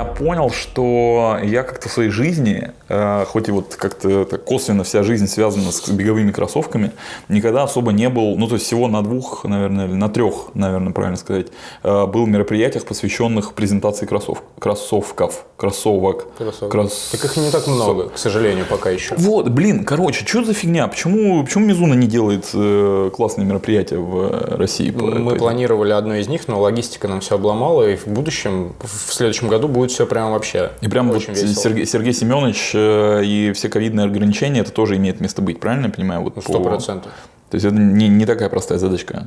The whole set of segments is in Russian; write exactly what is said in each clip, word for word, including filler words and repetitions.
Я понял, что я как-то в своей жизни, э, хоть и вот как-то косвенно вся жизнь связана с беговыми кроссовками, никогда особо не был, ну то есть всего на двух, наверное, или на трех, наверное, правильно сказать, э, был мероприятиях, посвященных презентации кроссов, кроссовков, кроссовок. Кроссовок. Кросс... Так их не так много, к сожалению, пока еще. Вот, блин, короче, что за фигня? Почему, почему Мизуна не делает э, классные мероприятия в России? Мы планировали одно из них, но логистика нам все обломала, и в будущем, в следующем году будет все прям вообще. И прям вот весело. Сергей, Сергей Семенович э, и все ковидные ограничения, это тоже имеет место быть, правильно я понимаю? Вот Сто процентов. То есть это не, не такая простая задачка.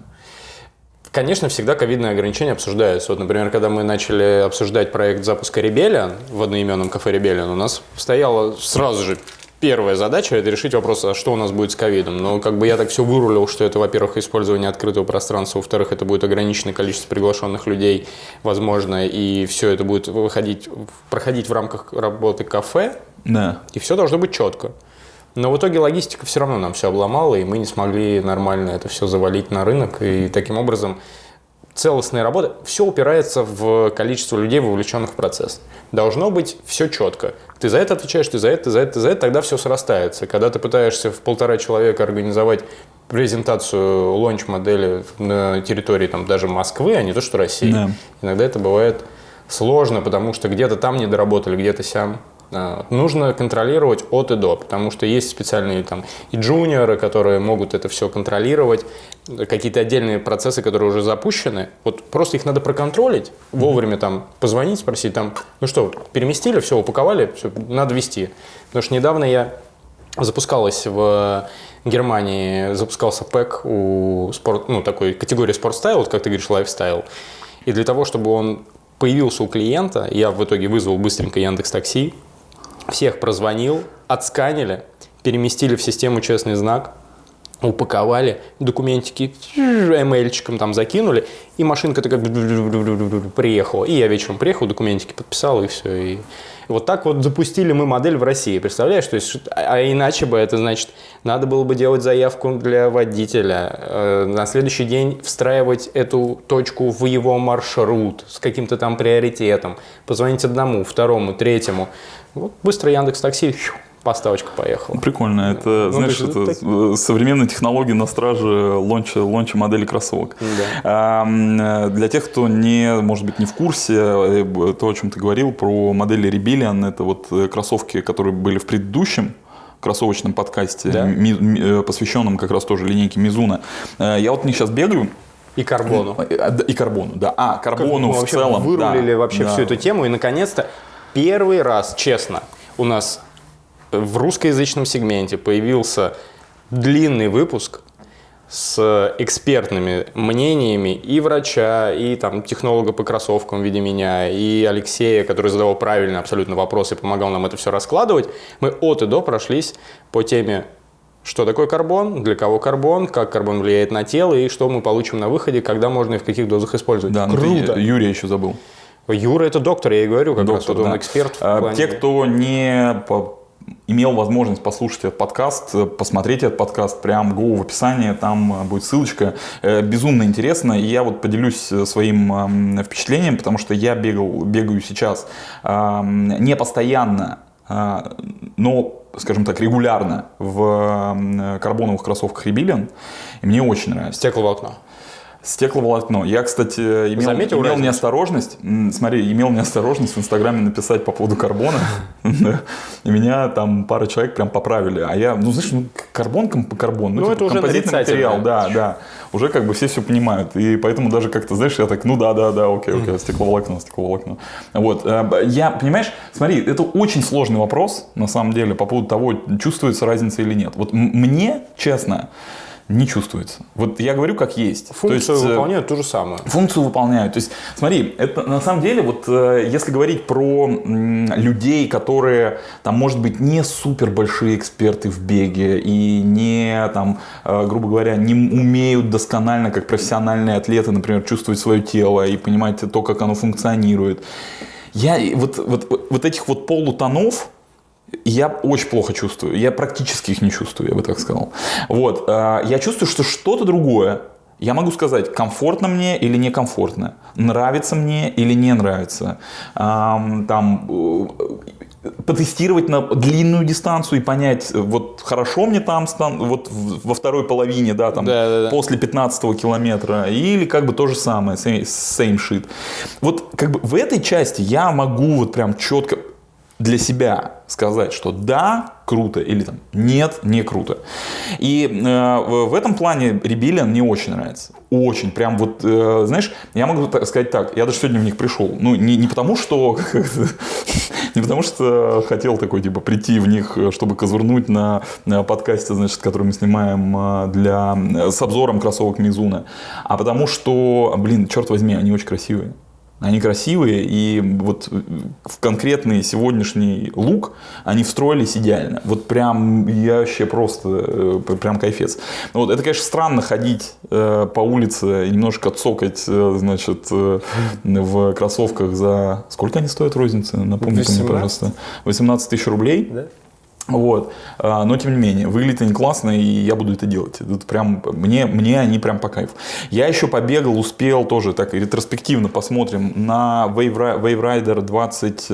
Конечно, всегда ковидные ограничения обсуждаются. Вот, например, когда мы начали обсуждать проект запуска Rebellion в одноименном кафе Rebellion, у нас стояла сразу же первая задача – это решить вопрос, а что у нас будет с ковидом. Но как бы я так все вырулил, что это, во-первых, использование открытого пространства, во-вторых, это будет ограниченное количество приглашенных людей, возможно, и все это будет выходить, проходить в рамках работы кафе, Да. и все должно быть четко. Но в итоге логистика все равно нам все обломала, и мы не смогли нормально это все завалить на рынок, и таким образом целостная работа, все упирается в количество людей, вовлеченных в процесс. Должно быть все четко. Ты за это отвечаешь, ты за это, ты за это, ты за это, тогда все срастается. Когда ты пытаешься в полтора человека организовать презентацию лонч-модели на территории там, даже Москвы, а не то, что России, да. Иногда это бывает сложно, потому что где-то там не доработали, где-то сям. Нужно контролировать от и до, потому что есть специальные там и джуниоры, которые могут это все контролировать, какие-то отдельные процессы, которые уже запущены, вот просто их надо проконтролить, вовремя там позвонить, спросить там, ну что, переместили, все, упаковали, все, надо вести. Потому что недавно я запускалась в Германии, запускался пэк у спорт, ну, такой категории спортстайл, вот как ты говоришь, лайфстайл, и для того, чтобы он появился у клиента, я в итоге вызвал быстренько Яндекс.Такси, всех прозвонил, отсканили, переместили в систему «Честный знак», упаковали, документики эмейльчиком там закинули, и машинка такая приехала. И я вечером приехал, документики подписал, и все. И вот так вот запустили мы модель в России, представляешь? То есть, а иначе бы это значит, надо было бы делать заявку для водителя, э, на следующий день встраивать эту точку в его маршрут с каким-то там приоритетом, позвонить одному, второму, третьему. Вот быстро Яндекс.Такси, поставочка поехала. Прикольно. Это, ну, знаешь, это так... современные технологии на страже лонча, лонча модели кроссовок. Да. А, для тех, кто не, может быть, не в курсе, то, о чем ты говорил, про модели Rebellion, это вот кроссовки, которые были в предыдущем кроссовочном подкасте, да? ми, посвященном как раз тоже линейке Мизуна. Я вот в них сейчас бегаю. И карбону. И карбону, да. А, карбону в целом. Вырулили да, вообще да. всю эту тему, и наконец-то первый раз, честно, у нас в русскоязычном сегменте появился длинный выпуск с экспертными мнениями и врача, и там, технолога по кроссовкам в виде меня, и Алексея, который задавал правильные абсолютно вопросы и помогал нам это все раскладывать. Мы от и до прошлись по теме, что такое карбон, для кого карбон, как карбон влияет на тело, и что мы получим на выходе, когда можно и в каких дозах использовать. Да, круто. Ты Юрия еще забыл. Юра – это доктор, я и говорю, как доктор, раз вот он да. эксперт. В плане... Те, кто не по... имел возможность послушать этот подкаст, посмотреть этот подкаст, прям go в описании, там будет ссылочка. Безумно интересно, и я вот поделюсь своим впечатлением, потому что я бегал, бегаю сейчас не постоянно, но, скажем так, регулярно в карбоновых кроссовках Rebellion, и мне очень нравится. Стекловолокно. Стекловолокно. Я, кстати, имел, имел неосторожность, смотри, имел неосторожность в Инстаграме написать по поводу карбона, и меня там пара человек прям поправили. А я, ну, знаешь, карбон по карбону, ну, это уже композитный материал, да, да. Уже как бы все все понимают. И поэтому даже как-то, знаешь, я так, ну да, да, да, окей, окей, стекловолокно, стекловолокно. Вот. Я, понимаешь, смотри, это очень сложный вопрос, на самом деле, по поводу того, чувствуется разница или нет. Вот мне, честно, не чувствуется. Вот я говорю, как есть. Функцию то есть, выполняют то же самое. Функцию выполняют. То есть, смотри, это на самом деле, вот если говорить про людей, которые, там, может быть, не супер большие эксперты в беге и не, там, грубо говоря, не умеют досконально, как профессиональные атлеты, например, чувствовать свое тело и понимать то, как оно функционирует. Я вот, вот, вот этих вот полутонов я очень плохо чувствую. Я практически их не чувствую, я бы так сказал. Вот. Я чувствую, что что-то другое Я могу сказать, комфортно мне или некомфортно, нравится мне или не нравится. Эм, там, э, потестировать на длинную дистанцию и понять, вот хорошо мне там вот во второй половине, да, там, да, да, да. после пятнадцатого километра, или как бы то же самое, same, same shit. Вот как бы в этой части я могу вот прям четко для себя сказать, что да, круто, или там нет, не круто. И э, в этом плане Rebellion мне очень нравится. Очень. Прям вот, э, знаешь, я могу сказать так, я даже сегодня в них пришел. Ну, не, не потому, что не потому, что хотел такой, типа, прийти в них, чтобы козырнуть на, на подкасте, значит, который мы снимаем для, с обзором кроссовок Mizuno, а потому что, блин, черт возьми, они очень красивые. Они красивые, и вот в конкретный сегодняшний лук они встроились идеально. Вот прям я вообще просто прям кайфец. Вот это, конечно, странно ходить э, по улице и немножко цокать, э, значит, э, в кроссовках за... Сколько они стоят в рознице? Напомните мне, пожалуйста. восемнадцать тысяч рублей. Да? Вот. Но, тем не менее, выглядят они классно, и я буду это делать. Это прям, мне, мне они прям по кайфу. Я еще побегал, успел тоже так ретроспективно посмотрим на Wave, Wave Rider двадцать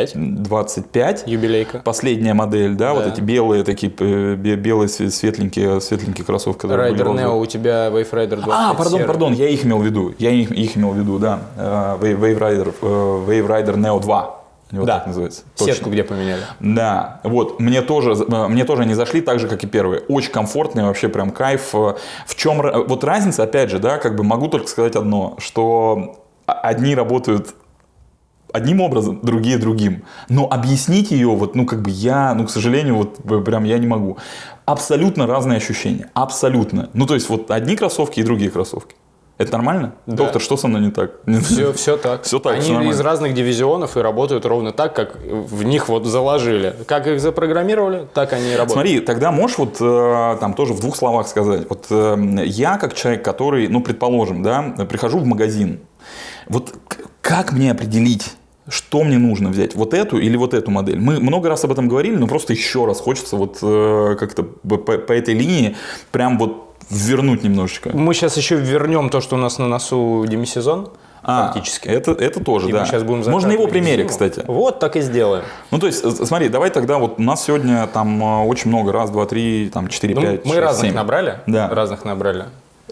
пять. Юбилейка. Последняя модель, да, да, вот эти белые такие, белые светленькие, светленькие кроссовки. Rider Neo у тебя Wave Rider двадцать пять. А, пардон, серый. пардон, я их имел в виду. Я их, их имел в виду, да. Wave Rider, Wave Rider Neo два. Вот да, так называется. Сетку точно. Где поменяли. Да, вот, мне тоже, мне тоже они зашли так же, как и первые. Очень комфортные, вообще прям кайф. В чем, вот разница, опять же, да, как бы могу только сказать одно, что одни работают одним образом, другие другим. Но объяснить ее, вот, ну, как бы я, ну, к сожалению, вот прям я не могу. Абсолютно разные ощущения. Абсолютно. Ну, то есть, вот одни кроссовки и другие кроссовки. Это нормально? Да. Доктор, что со мной не так? Все, все так. Все так. Они из разных дивизионов и работают ровно так, как в них вот заложили. Как их запрограммировали, так они и работают. Смотри, тогда можешь вот там тоже в двух словах сказать. Вот я как человек, который, ну, предположим, да, прихожу в магазин. Вот как мне определить, что мне нужно взять? Вот эту или вот эту модель? Мы много раз об этом говорили, но просто еще раз хочется вот как-то по, по этой линии прям вот вернуть немножечко. Мы сейчас еще вернем то, что у нас на носу демисезон. А, фактически. Это, это тоже, и да. Мы сейчас будем Можно его примерить, кстати. Вот так и сделаем. Ну, то есть, смотри, давай тогда вот у нас сегодня там очень много, раз, два, три, там, четыре, ну, пять, мы шесть, разных семь. набрали. Да. Разных набрали.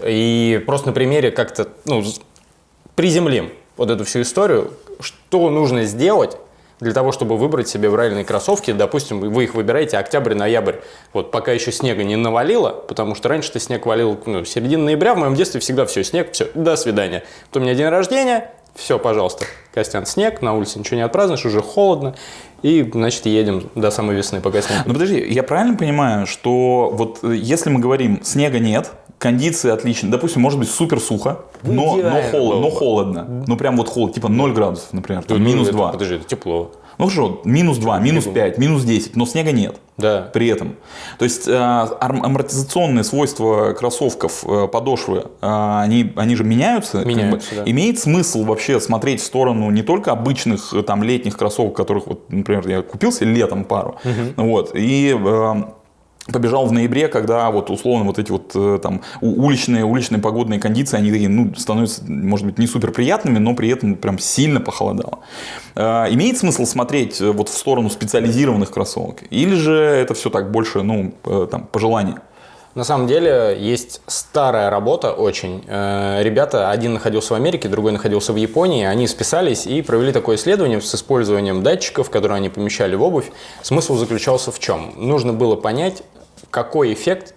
И просто на примере как-то, ну, приземлим вот эту всю историю. Что нужно сделать для того, чтобы выбрать себе правильные кроссовки. Допустим, вы их выбираете октябрь-ноябрь, вот пока еще снега не навалило, потому что раньше-то снег валил, ну, в середине ноября, в моем детстве всегда все, снег, все, до свидания. Потом у меня день рождения, все, пожалуйста, Костян, снег, на улице ничего не отпразднуешь, уже холодно, и, значит, едем до самой весны, пока снег. Ну, подожди, я правильно понимаю, что вот если мы говорим, снега нет, кондиции отличные, допустим, может быть супер сухо, но, но, холод, но холодно, ну прям вот холод, типа ноль градусов, например, там, минус это, два. Подожди, это тепло. Ну хорошо, минус два, минус пять, минус десять, но снега нет. Да. При этом. То есть э, амортизационные свойства кроссовков, э, подошвы, э, они, они же меняются. Меняются, как бы. Да. Имеет смысл вообще смотреть в сторону не только обычных там, летних кроссовок, которых, вот, например, я купил себе летом пару, угу. вот, и... Э, побежал в ноябре, когда вот условно вот эти вот там уличные, уличные погодные кондиции, они такие, ну, становятся, может быть, не супер приятными, но при этом прям сильно похолодало. Э, имеет смысл смотреть вот в сторону специализированных кроссовок? Или же это все так больше, ну, э, там, по желанию? На самом деле есть старая работа очень. Ребята, один находился в Америке, другой находился в Японии. Они списались и провели такое исследование с использованием датчиков, которые они помещали в обувь. Смысл заключался в чем? Нужно было понять, какой эффект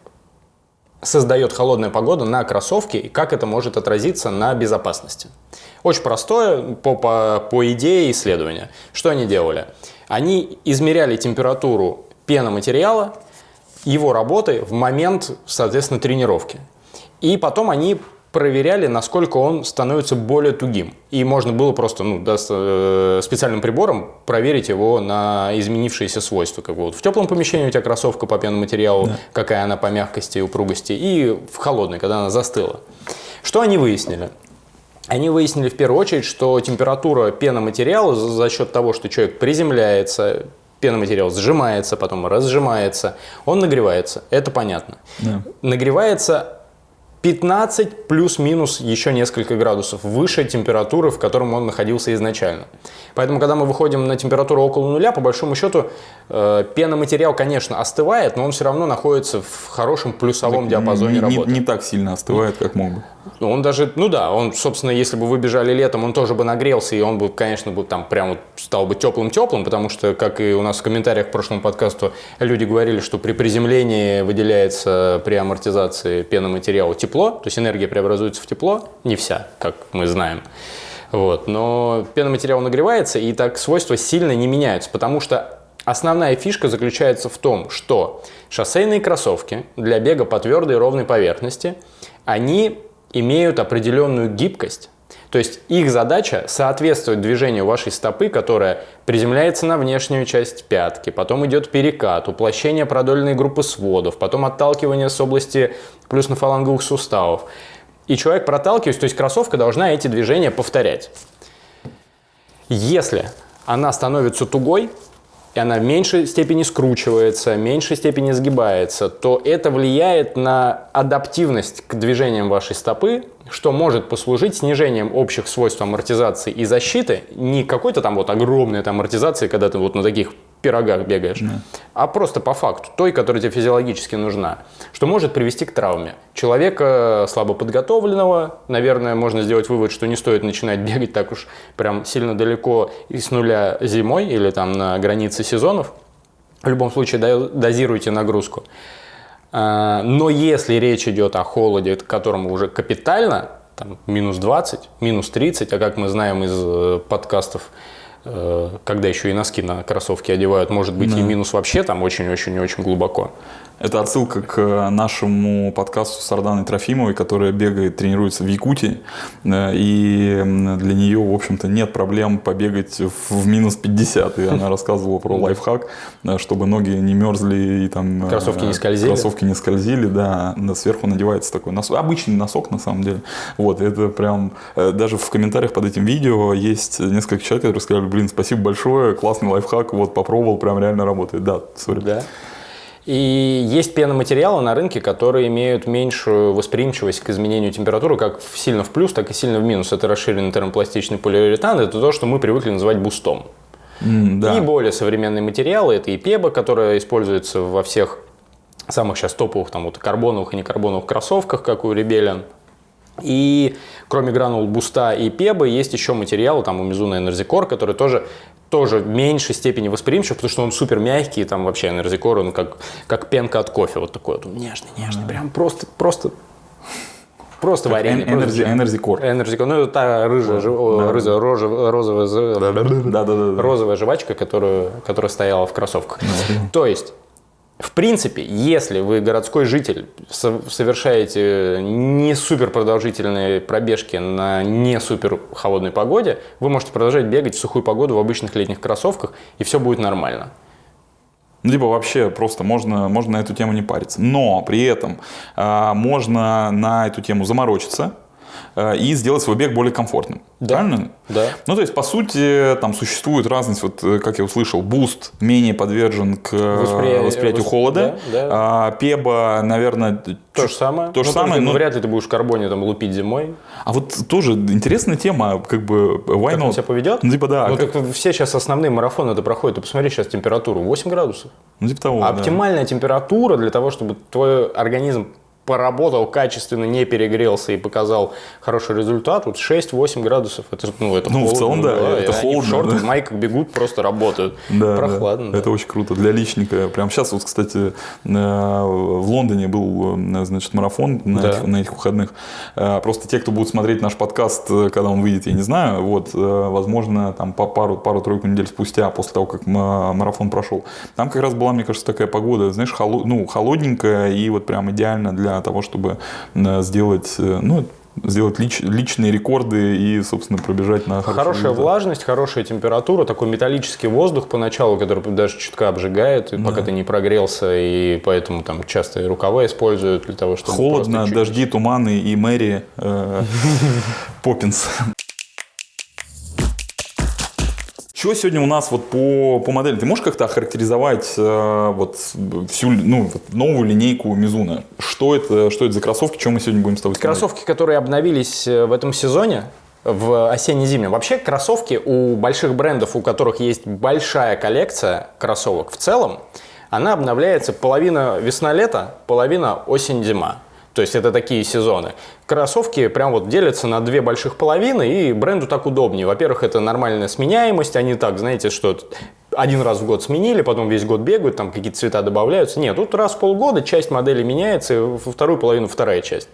создает холодная погода на кроссовке и как это может отразиться на безопасности. Очень простое по, по, по идее исследования. Что они делали? Они измеряли температуру пеноматериала, его работы в момент, соответственно, тренировки. И потом они проверяли, насколько он становится более тугим. И можно было просто ну, да, специальным прибором проверить его на изменившиеся свойства. Как бы вот в теплом помещении у тебя кроссовка по пеноматериалу, да. какая она по мягкости и упругости, и в холодной, когда она застыла. Что они выяснили? Они выяснили в первую очередь, что температура пеноматериала за, за счет того, что человек приземляется, пеноматериал сжимается, потом разжимается, он нагревается, это понятно. Да. Нагревается пятнадцать плюс-минус еще несколько градусов выше температуры, в котором он находился изначально. Поэтому, когда мы выходим на температуру около нуля, по большому счету, э, пеноматериал, конечно, остывает, но он все равно находится в хорошем плюсовом так, диапазоне не, работы. Не, не так сильно остывает, как мог бы. Он даже, ну да, он, собственно, если бы вы бежали летом, он тоже бы нагрелся, и он бы, конечно, бы там прям вот стал бы теплым-теплым, потому что, как и у нас в комментариях к прошлому подкасту, люди говорили, что при приземлении выделяется при амортизации пеноматериала тепло, то есть энергия преобразуется в тепло, не вся, как мы знаем. Вот. Но пеноматериал нагревается, и так свойства сильно не меняются, потому что основная фишка заключается в том, что шоссейные кроссовки для бега по твердой и ровной поверхности, они имеют определенную гибкость. То есть их задача соответствовать движению вашей стопы, которая приземляется на внешнюю часть пятки, потом идет перекат, уплощение продольной группы сводов, потом отталкивание с области плюсно-фаланговых суставов. И человек, проталкиваясь, то есть кроссовка должна эти движения повторять. Если она становится тугой, и она в меньшей степени скручивается, в меньшей степени сгибается, то это влияет на адаптивность к движениям вашей стопы, что может послужить снижением общих свойств амортизации и защиты, не какой-то там вот огромной там амортизации, когда ты вот на таких пирогах бегаешь, да. а просто по факту, той, которая тебе физиологически нужна, что может привести к травме. Человека слабо подготовленного, наверное, можно сделать вывод, что не стоит начинать бегать так уж прям сильно далеко и с нуля зимой или там на границе сезонов. В любом случае дозируйте нагрузку. Но если речь идет о холоде, которому уже капитально, там, минус двадцать, минус тридцать, а как мы знаем из подкастов, когда еще и носки на кроссовки одевают, может быть да. и минус вообще там очень-очень-очень глубоко. Это отсылка к нашему подкасту с Арданой Трофимовой, которая бегает, тренируется в Якутии. И для нее, в общем-то, нет проблем побегать в минус пятьдесят. И она рассказывала про лайфхак, чтобы ноги не мерзли и там кроссовки не скользили. Кроссовки не скользили, да. Сверху надевается такой носок. Обычный носок, на самом деле. Вот, это прям... Даже в комментариях под этим видео есть несколько человек, которые сказали, блин, спасибо большое, классный лайфхак, вот, попробовал, прям реально работает. Да, сори. Да. И есть пеноматериалы на рынке, которые имеют меньшую восприимчивость к изменению температуры, как сильно в плюс, так и сильно в минус. Это расширенный термопластичный полиуретан, это то, что мы привыкли называть бустом. Mm, да. И более современные материалы, это и пеба, которая используется во всех самых сейчас топовых там, вот, карбоновых и некарбоновых кроссовках, как у Rebellion. И кроме гранул буста и пебы есть еще материалы, там у Mizuno Enerzicor, который тоже тоже в меньшей степени восприимчив, потому что он супер мягкий, там вообще Enerzicor, он как, как пенка от кофе, вот такой вот нежный, нежный, mm-hmm. прям просто, просто, просто варенье. Enerzicor. Enerzicor, ну это та рыжая, mm-hmm. рыжая розовая, розовая, розовая жвачка, которую, которая стояла в кроссовках. Mm-hmm. То есть, в принципе, если вы городской житель, совершаете не супер продолжительные пробежки на не супер холодной погоде, вы можете продолжать бегать в сухую погоду в обычных летних кроссовках, и все будет нормально. Ну, типа, вообще просто можно, можно на эту тему не париться. Но при этом э, можно на эту тему заморочиться и сделать свой бег более комфортным. Да. Правильно? Да. Ну, то есть, по сути, там существует разность, вот, как я услышал, буст менее подвержен к Воспри... восприятию Вос... холода, да, да. А, пеба, наверное, то чуть... же самое. То же ну, самое, но... но... Вряд ли ты будешь в карбоне там лупить зимой. А вот тоже интересная тема, как бы, why как not? он себя поведет? Ну, типа, да. Ну, как... так все сейчас основные марафоны это проходят. Ты посмотри сейчас температуру, восемь градусов. Ну, типа того, а да. Оптимальная температура для того, чтобы твой организм поработал качественно, не перегрелся и показал хороший результат, вот шесть-восемь градусов, это, ну, это ну, холодно. в целом, да, да это холодно. В шортах, да. в майках бегут, просто работают. Да, прохладно. Да. Да. Это очень круто. Для личника. Прям сейчас, вот, кстати, в Лондоне был, значит, марафон на, да. этих, на этих выходных. Просто те, кто будут смотреть наш подкаст, когда он выйдет, я не знаю, вот, возможно, там по пару, пару-тройку недель спустя, после того, как марафон прошел, там как раз была, мне кажется, такая погода, знаешь, холод, ну, холодненькая и вот прям идеально для того, чтобы сделать, ну, сделать лич, личные рекорды и, собственно, пробежать на хороший Хорошая результат. Влажность, хорошая температура, такой металлический воздух поначалу, который даже чутка обжигает, да. пока ты не прогрелся, и поэтому там часто и рукава используют для того, чтобы... Холодно, дожди, туманы и Мэри э, Поппинс. что сегодня у нас вот по, по модели? Ты можешь как-то охарактеризовать э, вот всю ну, вот новую линейку Mizuno? Что это, что это за кроссовки, что мы сегодня будем с тобой смотреть? Кроссовки, которые обновились в этом сезоне, в осенне-зимнем. Вообще кроссовки у больших брендов, у которых есть большая коллекция кроссовок в целом, она обновляется половина весна-лето, половина осень-зима. То есть это такие сезоны. Кроссовки прям вот делятся на две больших половины, и бренду так удобнее. Во-первых, это нормальная сменяемость, они так, знаете, что один раз в год сменили, потом весь год бегают, там какие-то цвета добавляются. Нет, тут раз в полгода часть модели меняется, и во вторую половину вторая часть.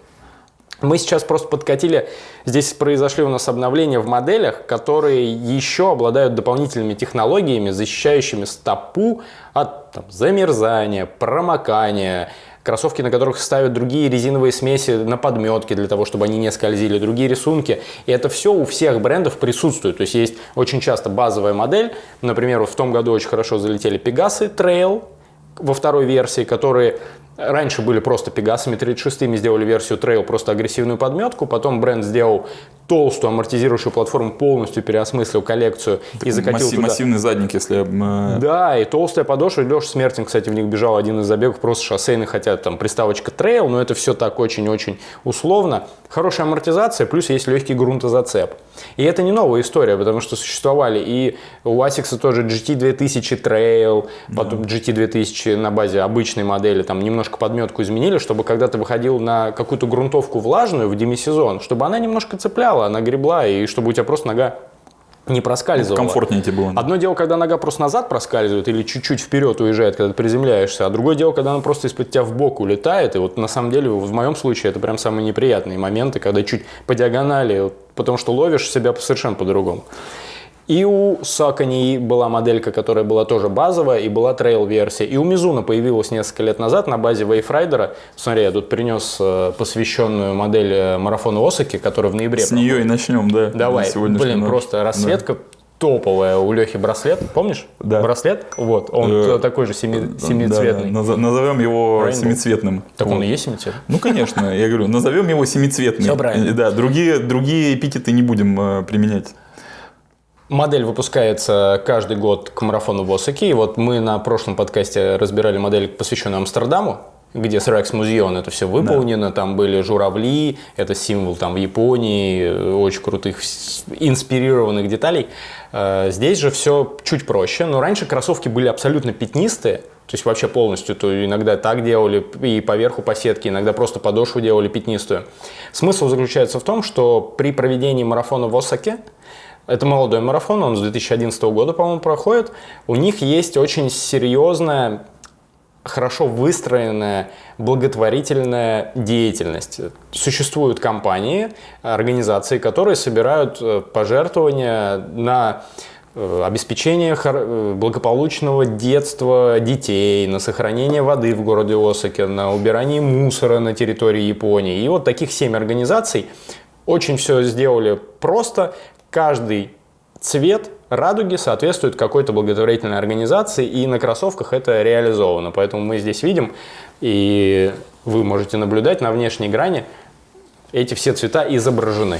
Мы сейчас просто подкатили, здесь произошли у нас обновления в моделях, которые еще обладают дополнительными технологиями, защищающими стопу от там, замерзания, промокания. Кроссовки, на которых ставят другие резиновые смеси на подметке для того, чтобы они не скользили, другие рисунки. И это все у всех брендов присутствует. То есть есть очень часто базовая модель. Например, в том году очень хорошо залетели Пегасы Trail во второй версии, которые раньше были просто Пегасами тридцать шестыми, сделали версию Trail, просто агрессивную подметку. Потом бренд сделал толстую амортизирующую платформу, полностью переосмыслил коллекцию так и закатил масси- туда. Массивный задник, если... Да, и толстая подошва. Леша Смертин, кстати, в них бежал один из забегов, просто шоссейный, хотя там приставочка Trail, но это все так очень-очень условно. Хорошая амортизация, плюс есть легкий грунтозацеп. И это не новая история, потому что существовали и у Asics тоже джи ти две тысячи Trail, потом джи ти две тысячи на базе обычной модели, там немножко подметку изменили, чтобы когда ты выходил на какую-то грунтовку влажную в демисезон, чтобы она немножко цепляла, она гребла, и чтобы у тебя просто нога не проскальзывала. Комфортнее тебе было. Одно дело, когда нога просто назад проскальзывает или чуть-чуть вперед уезжает, когда ты приземляешься, а другое дело, когда она просто из-под тебя в бок улетает. И вот на самом деле в моем случае это прям самые неприятные моменты, когда чуть по диагонали, потому что ловишь себя совершенно по-другому. И у Saucony была моделька, которая была тоже базовая, и была трейл-версия. И у Mizuno появилась несколько лет назад на базе Wave Rider. Смотри, я тут принес посвященную модель марафона Осаки, которая в ноябре. С нее и начнем, да. Давай, блин, просто расцветка. Да. Топовая у Лехи браслет, помнишь? Да. Браслет, вот, он э, такой же семи, семицветный. Да, да. Назовем его Rainbow. Семицветным. Так вот. Он и есть семицветный? Ну, конечно, я говорю, назовем его семицветным. Все правильно. Да, другие, другие эпитеты не будем э, применять. Модель выпускается каждый год к марафону в Осаке. И вот мы на прошлом подкасте разбирали модель, посвященную Амстердаму, где с Rijksmuseum это все выполнено, да. Там были журавли, это символ там в Японии, очень крутых, инспирированных деталей. Здесь же все чуть проще, но раньше кроссовки были абсолютно пятнистые, то есть вообще полностью, то иногда так делали и поверху по сетке, иногда просто подошву делали пятнистую. Смысл заключается в том, что при проведении марафона в Осаке, это молодой марафон, он с две тысячи одиннадцатого года, по-моему, проходит, у них есть очень серьезная, хорошо выстроенная благотворительная деятельность. Существуют компании, организации, которые собирают пожертвования на обеспечение благополучного детства детей, на сохранение воды в городе Осаке, на убирание мусора на территории Японии. И вот таких семь организаций очень все сделали просто. Каждый цвет радуги соответствует какой-то благотворительной организации, и на кроссовках это реализовано. Поэтому мы здесь видим, и вы можете наблюдать на внешней грани, эти все цвета изображены.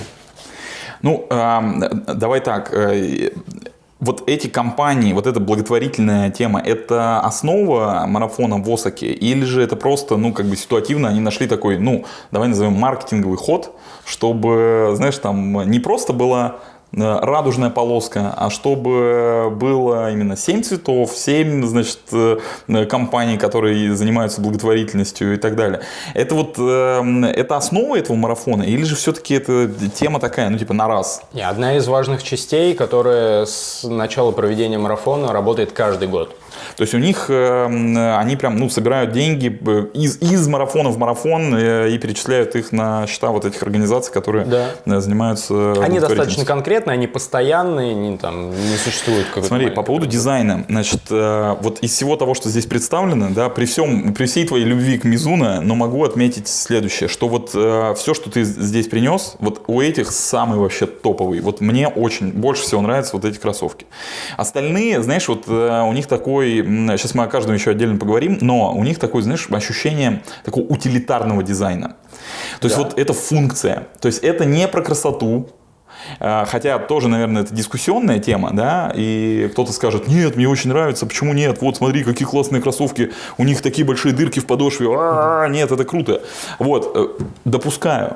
Ну, э, давай так. Э, вот эти компании, вот эта благотворительная тема, это основа марафона в Осаке? Или же это просто, ну, как бы ситуативно они нашли такой, ну, давай назовем маркетинговый ход, чтобы, знаешь, там не просто была радужная полоска, а чтобы было именно семь цветов, семь, значит, компаний, которые занимаются благотворительностью и так далее. Это вот, это основа этого марафона, или же все-таки это тема такая, ну, типа на раз? И одна из важных частей, которая с начала проведения марафона работает каждый год. То есть у них, они прям, ну, собирают деньги из, из марафона в марафон и перечисляют их на счета вот этих организаций, которые да. занимаются. Они достаточно конкретные, они постоянные, они там не существуют. Смотри, по поводу дизайна, значит, вот из всего того, что здесь представлено, да, при всем, при всей твоей любви к Mizuno, но могу отметить следующее, что вот все, что ты здесь принес, вот у этих самый вообще топовый. Вот мне очень больше всего нравятся вот эти кроссовки. Остальные, знаешь, вот у них такой. Сейчас мы о каждом еще отдельно поговорим, но у них такое, знаешь, ощущение такого утилитарного дизайна. То есть да. вот это функция. То есть это не про красоту, Хотя тоже, наверное, это дискуссионная тема, да, и кто-то скажет, нет, мне очень нравится, почему нет, вот смотри, какие классные кроссовки, у них такие большие дырки в подошве, а-а-а, нет, это круто. Вот, допускаю.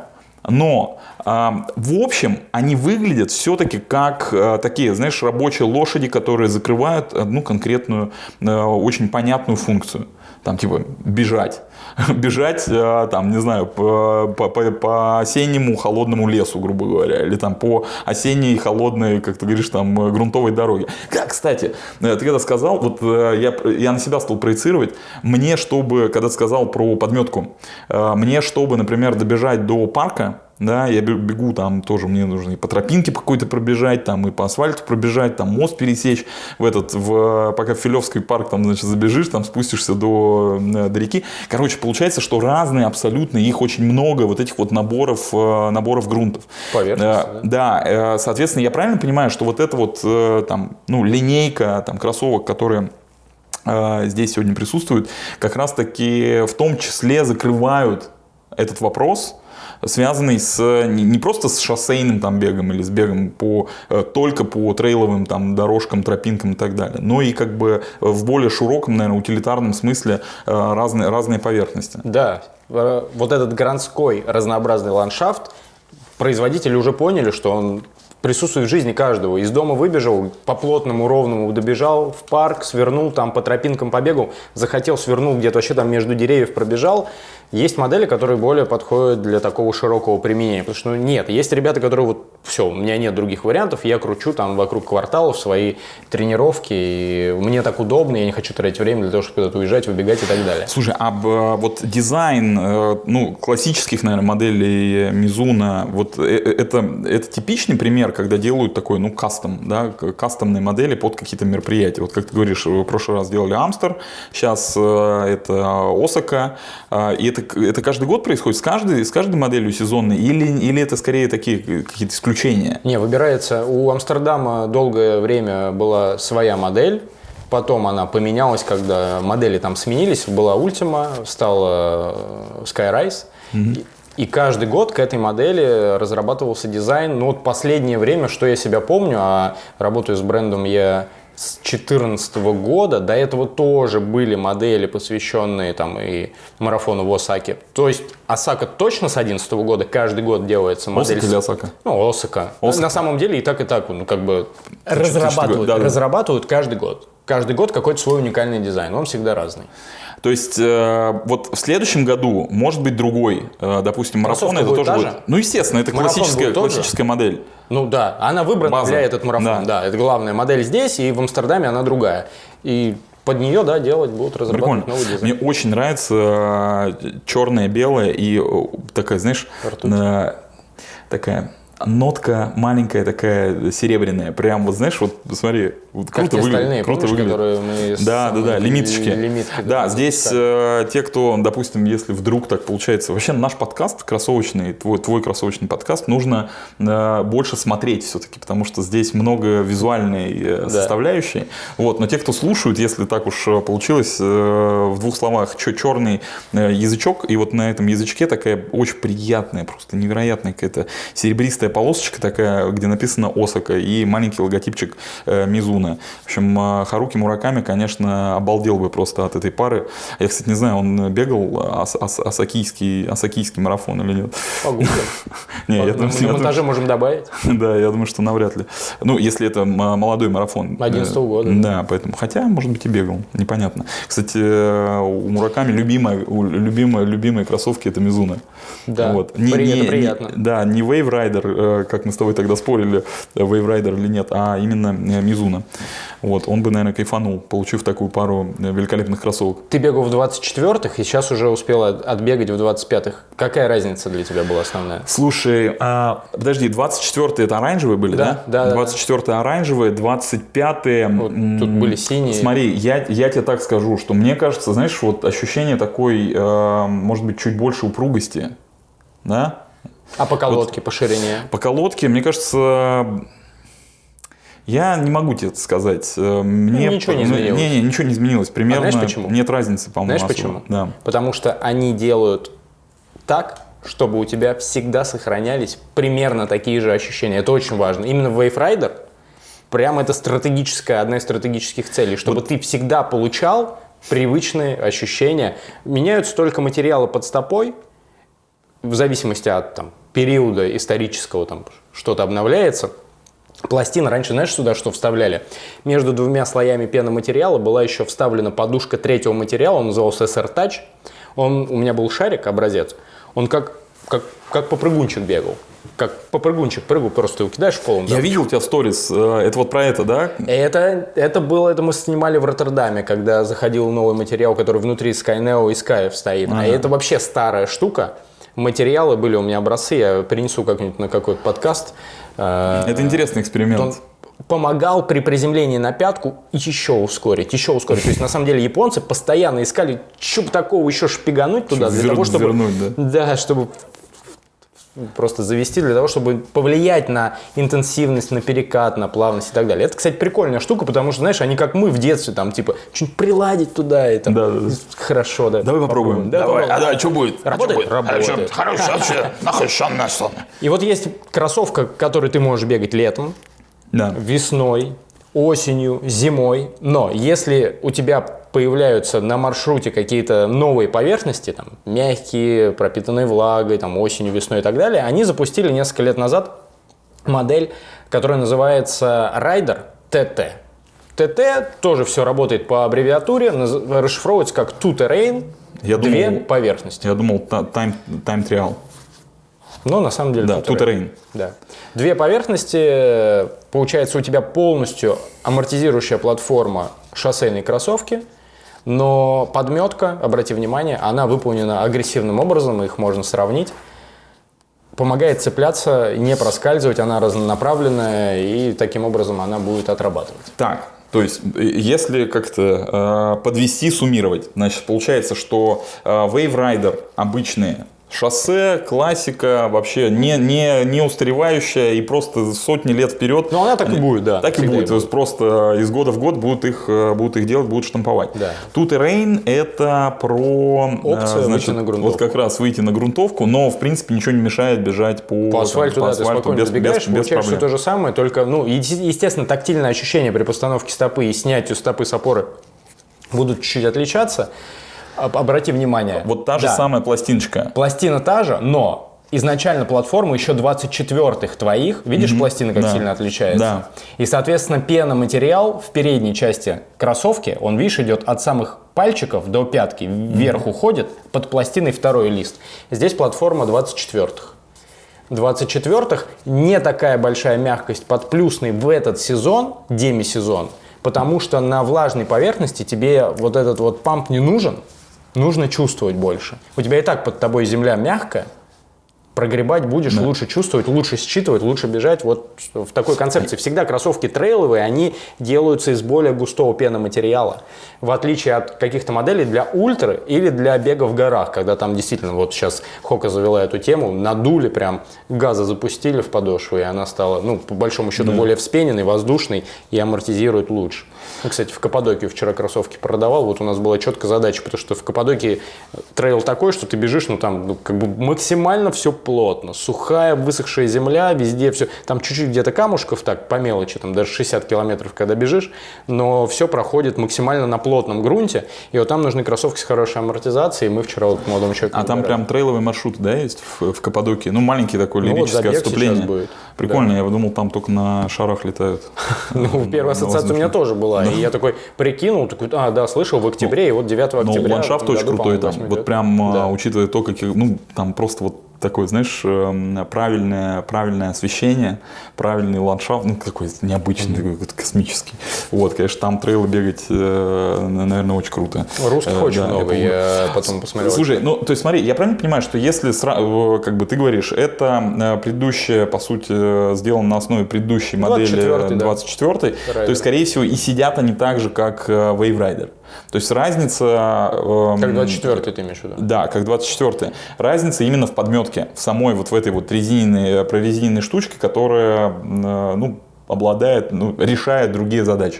Но в общем они выглядят все-таки как такие, знаешь, рабочие лошади, которые закрывают одну конкретную, очень понятную функцию. Там типа бежать. Бежать, там, не знаю, по, по, по осеннему холодному лесу, грубо говоря, или там по осенней холодной, как ты говоришь, там, грунтовой дороге. Как, кстати, ты когда сказал, вот я, я на себя стал проецировать, мне, чтобы, когда ты сказал про подметку, мне, чтобы, например, добежать до парка, да, я бегу там тоже, мне нужно и по тропинке по какой-то пробежать, там и по асфальту пробежать, там мост пересечь, в этот, в, пока в Филевский парк там, значит, забежишь, там спустишься до, до реки. Короче, получается, что разные абсолютно, их очень много, вот этих вот наборов, наборов грунтов. Поверхности, да. Да, соответственно, я правильно понимаю, что вот эта вот там, ну, линейка там, кроссовок, которые здесь сегодня присутствуют, как раз таки в том числе закрывают этот вопрос, связанный с, не, не просто с шоссейным там, бегом или с бегом по, только по трейловым там, дорожкам, тропинкам и так далее, но и как бы в более широком, наверное, утилитарном смысле разные, разные поверхности. Да, вот этот городской разнообразный ландшафт, производители уже поняли, что он присутствует в жизни каждого. Из дома выбежал, по плотному, ровному добежал в парк, свернул, там по тропинкам побегал, захотел, свернул где-то вообще там между деревьев пробежал. Есть модели, которые более подходят для такого широкого применения. Потому что ну, нет, есть ребята, которые вот все, у меня нет других вариантов, я кручу там вокруг кварталов свои тренировки, и мне так удобно, я не хочу тратить время для того, чтобы куда-то уезжать, выбегать и так далее. Слушай, а вот дизайн, ну, классических, наверное, моделей Mizuno, вот это, это типичный пример, когда делают такой, ну, кастом, да, кастомные модели под какие-то мероприятия. Вот как ты говоришь, в прошлый раз делали Амстер, сейчас это Осака, и это, это каждый год происходит с каждой, с каждой моделью сезонной, или, или это скорее такие какие-то исключения? Не, выбирается. У Амстердама долгое время была своя модель. Потом она поменялась, когда модели там сменились. Была Ultima, стала Skyrise. Mm-hmm. И каждый год к этой модели разрабатывался дизайн. Ну вот последнее время, что я себя помню, а работаю с брендом я с две тысячи четырнадцатого года, до этого тоже были модели, посвященные там и марафону в Осаке. То есть Осака точно с две тысячи одиннадцатого года каждый год делается модель. Осака или Осака? Ну, Осака. Осака. На самом деле и так, и так, ну как бы ты разрабатывают, да, да. разрабатывают каждый год. Каждый год какой-то свой уникальный дизайн, он всегда разный. То есть, э, вот в следующем году может быть другой, э, допустим, марафон, это тоже будет. Ну, естественно, это классическая, классическая модель. Ну да, она выбрана База. Для этого марафона. Да. да, это главная модель здесь, и в Амстердаме она другая. И под нее, да, делать будут, разрабатывать Прикольно. новый дизайн. Мне очень нравится черное, белое и такая, знаешь, э, такая нотка маленькая такая серебряная, прям вот знаешь, вот смотри, вот как круто выглядит, круто выглядит. Которые мы да, да, да, лимиточки. Лимитки, да, да, здесь э, те, кто, допустим, если вдруг так получается, вообще наш подкаст кроссовочный, твой, твой кроссовочный подкаст, нужно э, больше смотреть все-таки, потому что здесь много визуальной э, да. составляющей. Вот, но те, кто слушают, если так уж получилось, э, в двух словах, черный э, язычок, и вот на этом язычке такая очень приятная, просто невероятная какая-то серебристая полосочка такая, где написано Осака, и маленький логотипчик э, Mizuno. В общем, э, Харуки Мураками, конечно, обалдел бы просто от этой пары. Я, кстати, не знаю, он бегал ос- ос- осакийский, осакийский марафон или нет? Погугли. Не, я думаю, на монтаже можем добавить. Да, я думаю, что навряд ли. Ну, если это молодой марафон. одиннадцатого года. Да, поэтому. Хотя, может быть, и бегал. Непонятно. Кстати, у Мураками любимые, любимые, любимые кроссовки это Mizuno. Да, вот. не, при, не, это приятно. Не, да, не Wave Rider, как мы с тобой тогда спорили, Wave Rider или нет, а именно Mizuno. Вот. Он бы, наверное, кайфанул, получив такую пару великолепных кроссовок. Ты бегал в двадцать четвёртых и сейчас уже успел отбегать в двадцать пятых. Какая разница для тебя была основная? Слушай, а, подожди, двадцать четвёртые это оранжевые были, да? Да, да. двадцать четвёртые оранжевые, двадцать пятые... Вот, тут были синие. Смотри, я, я тебе так скажу, что мне кажется, знаешь, вот ощущение такой, э, может быть, чуть больше упругости, да? А по колодке, вот, по ширине? По колодке, мне кажется... Я не могу тебе это сказать. Мне, ну, ничего не изменилось. Не, не, ничего не изменилось. Примерно а знаешь почему? Нет разницы, по-моему. Знаешь особо. почему? Да. Потому что они делают так, чтобы у тебя всегда сохранялись примерно такие же ощущения. Это очень важно. Именно в Wave Rider прямо это стратегическая, одна из стратегических целей, чтобы вот. Ты всегда получал привычные ощущения. Меняются только материалы под стопой, в зависимости от там, периода исторического, там что-то обновляется. Пластина раньше, знаешь, сюда что вставляли? Между двумя слоями пеноматериала была еще вставлена подушка третьего материала, он назывался эс эр Touch. Он, у меня был шарик, образец, он как, как, как попрыгунчик бегал. Как попрыгунчик прыгал, просто его кидаешь в пол. Я да? видел у тебя в сторис, это вот про это, да? Это, это было, это мы снимали в Роттердаме, когда заходил новый материал, который внутри Skyneo и Skype стоит. А, а это вообще старая штука. Материалы были у меня образцы, я принесу как-нибудь на какой-то подкаст. Это интересный эксперимент. Он помогал при приземлении на пятку еще ускорить, еще ускорить. То есть, на самом деле, японцы постоянно искали, что бы такого еще шпигануть туда, для того, чтобы... Вернуть, да? Да, чтобы просто завести, для того, чтобы повлиять на интенсивность, на перекат, на плавность и так далее. Это, кстати, прикольная штука, потому что, знаешь, они как мы в детстве, там, типа, что-нибудь приладить туда, и там, да, да. хорошо, да. Давай попробуем. Да, давай, а да, что будет? Работает? Работает. Хорошо, хорошо. И вот есть кроссовка, которой ты можешь бегать летом, да. весной, осенью, зимой, но если у тебя появляются на маршруте какие-то новые поверхности, там, мягкие, пропитанные влагой, там, осенью, весной и так далее, они запустили несколько лет назад модель, которая называется Rider ти ти. ти ти тоже все работает по аббревиатуре, расшифровывается как Two Terrain, я две думал, поверхности. Я думал Time, time Trial. Но на самом деле да, Two Terrain. Да. Две поверхности, получается у тебя полностью амортизирующая платформа шоссейной кроссовки, но подметка, обрати внимание, она выполнена агрессивным образом, их можно сравнить. Помогает цепляться, не проскальзывать, она разнонаправленная, и таким образом она будет отрабатывать. Так, то есть, если как-то э, подвести, суммировать, значит, получается, что э, Wave Rider обычные, шоссе, классика, вообще не, не, не устаревающая и просто сотни лет вперед. Ну, она так и будет, да. Так и будет. То есть, просто из года в год будут их, будут их делать, будут штамповать. Да. Two Terrain это про... Опция значит, выйти на грунтовку. Вот как раз выйти на грунтовку, но, в принципе, ничего не мешает бежать по, по асфальту, там, по да, асфальту, ты спокойно без, забегаешь, без, без получаешь проблем. все то же самое, только, ну, естественно, тактильное ощущение при постановке стопы и снятию стопы с опоры будут чуть-чуть отличаться. Обрати внимание. Вот та же да. самая пластиночка. Пластина та же, но изначально платформа еще двадцать четвёртых твоих. Видишь, mm-hmm. пластина как да. сильно отличается? Да. И, соответственно, пеноматериал в передней части кроссовки, он, видишь, идет от самых пальчиков до пятки. Вверх mm-hmm. уходит, под пластиной второй лист. Здесь платформа двадцать четвёртых. двадцать четвёртых не такая большая мягкость под плюсный в этот сезон, демисезон, потому что на влажной поверхности тебе вот этот вот памп не нужен. Нужно чувствовать больше. У тебя и так под тобой земля мягкая, прогребать будешь, да. лучше чувствовать, лучше считывать, лучше бежать. Вот в такой концепции. Всегда кроссовки трейловые, они делаются из более густого пеноматериала. В отличие от каких-то моделей для ультра или для бега в горах, когда там действительно, вот сейчас Хока завела эту тему, надули прям, газа запустили в подошву, и она стала, ну, по большому счету, да. более вспененной, воздушной и амортизирует лучше. Ну, кстати, в Каппадокию вчера кроссовки продавал, вот у нас была четкая задача, потому что в Каппадокии трейл такой, что ты бежишь, ну, там, ну, как бы максимально все плотно, сухая, высохшая земля, везде все, там чуть-чуть где-то камушков, так, по мелочи, там, даже шестьдесят километров, когда бежишь, но все проходит максимально на плотном грунте, и вот там нужны кроссовки с хорошей амортизацией, и мы вчера вот молодому человеку... А там выбирали. прям трейловый маршрут, да, есть в, в Каппадокии? Ну, маленький такой, ну, лирическое вот отступление. Будет. Прикольно, да. я думал, там только на шарах летают. Ну, первая ассоциация у меня тоже была, и я такой прикинул, такой, а, да, слышал, в октябре, и вот девятого октября... Ну, ландшафт очень крутой там, вот прям, учитывая то, как, ну, там просто вот такое, знаешь, правильное, правильное освещение, правильный ландшафт, ну, такой необычный, mm-hmm. такой космический. Вот, конечно, там трейлы бегать, наверное, очень круто. Русских очень да, много, я, я потом посмотрел. Слушай, ну, то есть смотри, я правильно понимаю, что если, как бы ты говоришь, это предыдущая, по сути, сделано на основе предыдущей модели двадцать четвёртой, да. то есть, скорее всего, и сидят они так же, как Wave Rider. То есть разница... Э, как двадцать четвёртый ты имеешь в виду? Да, как двадцать четвёртый. Разница именно в подметке, в самой вот в этой вот резиновой, прорезиненной штучке, которая, э, ну, обладает, ну, решает другие задачи.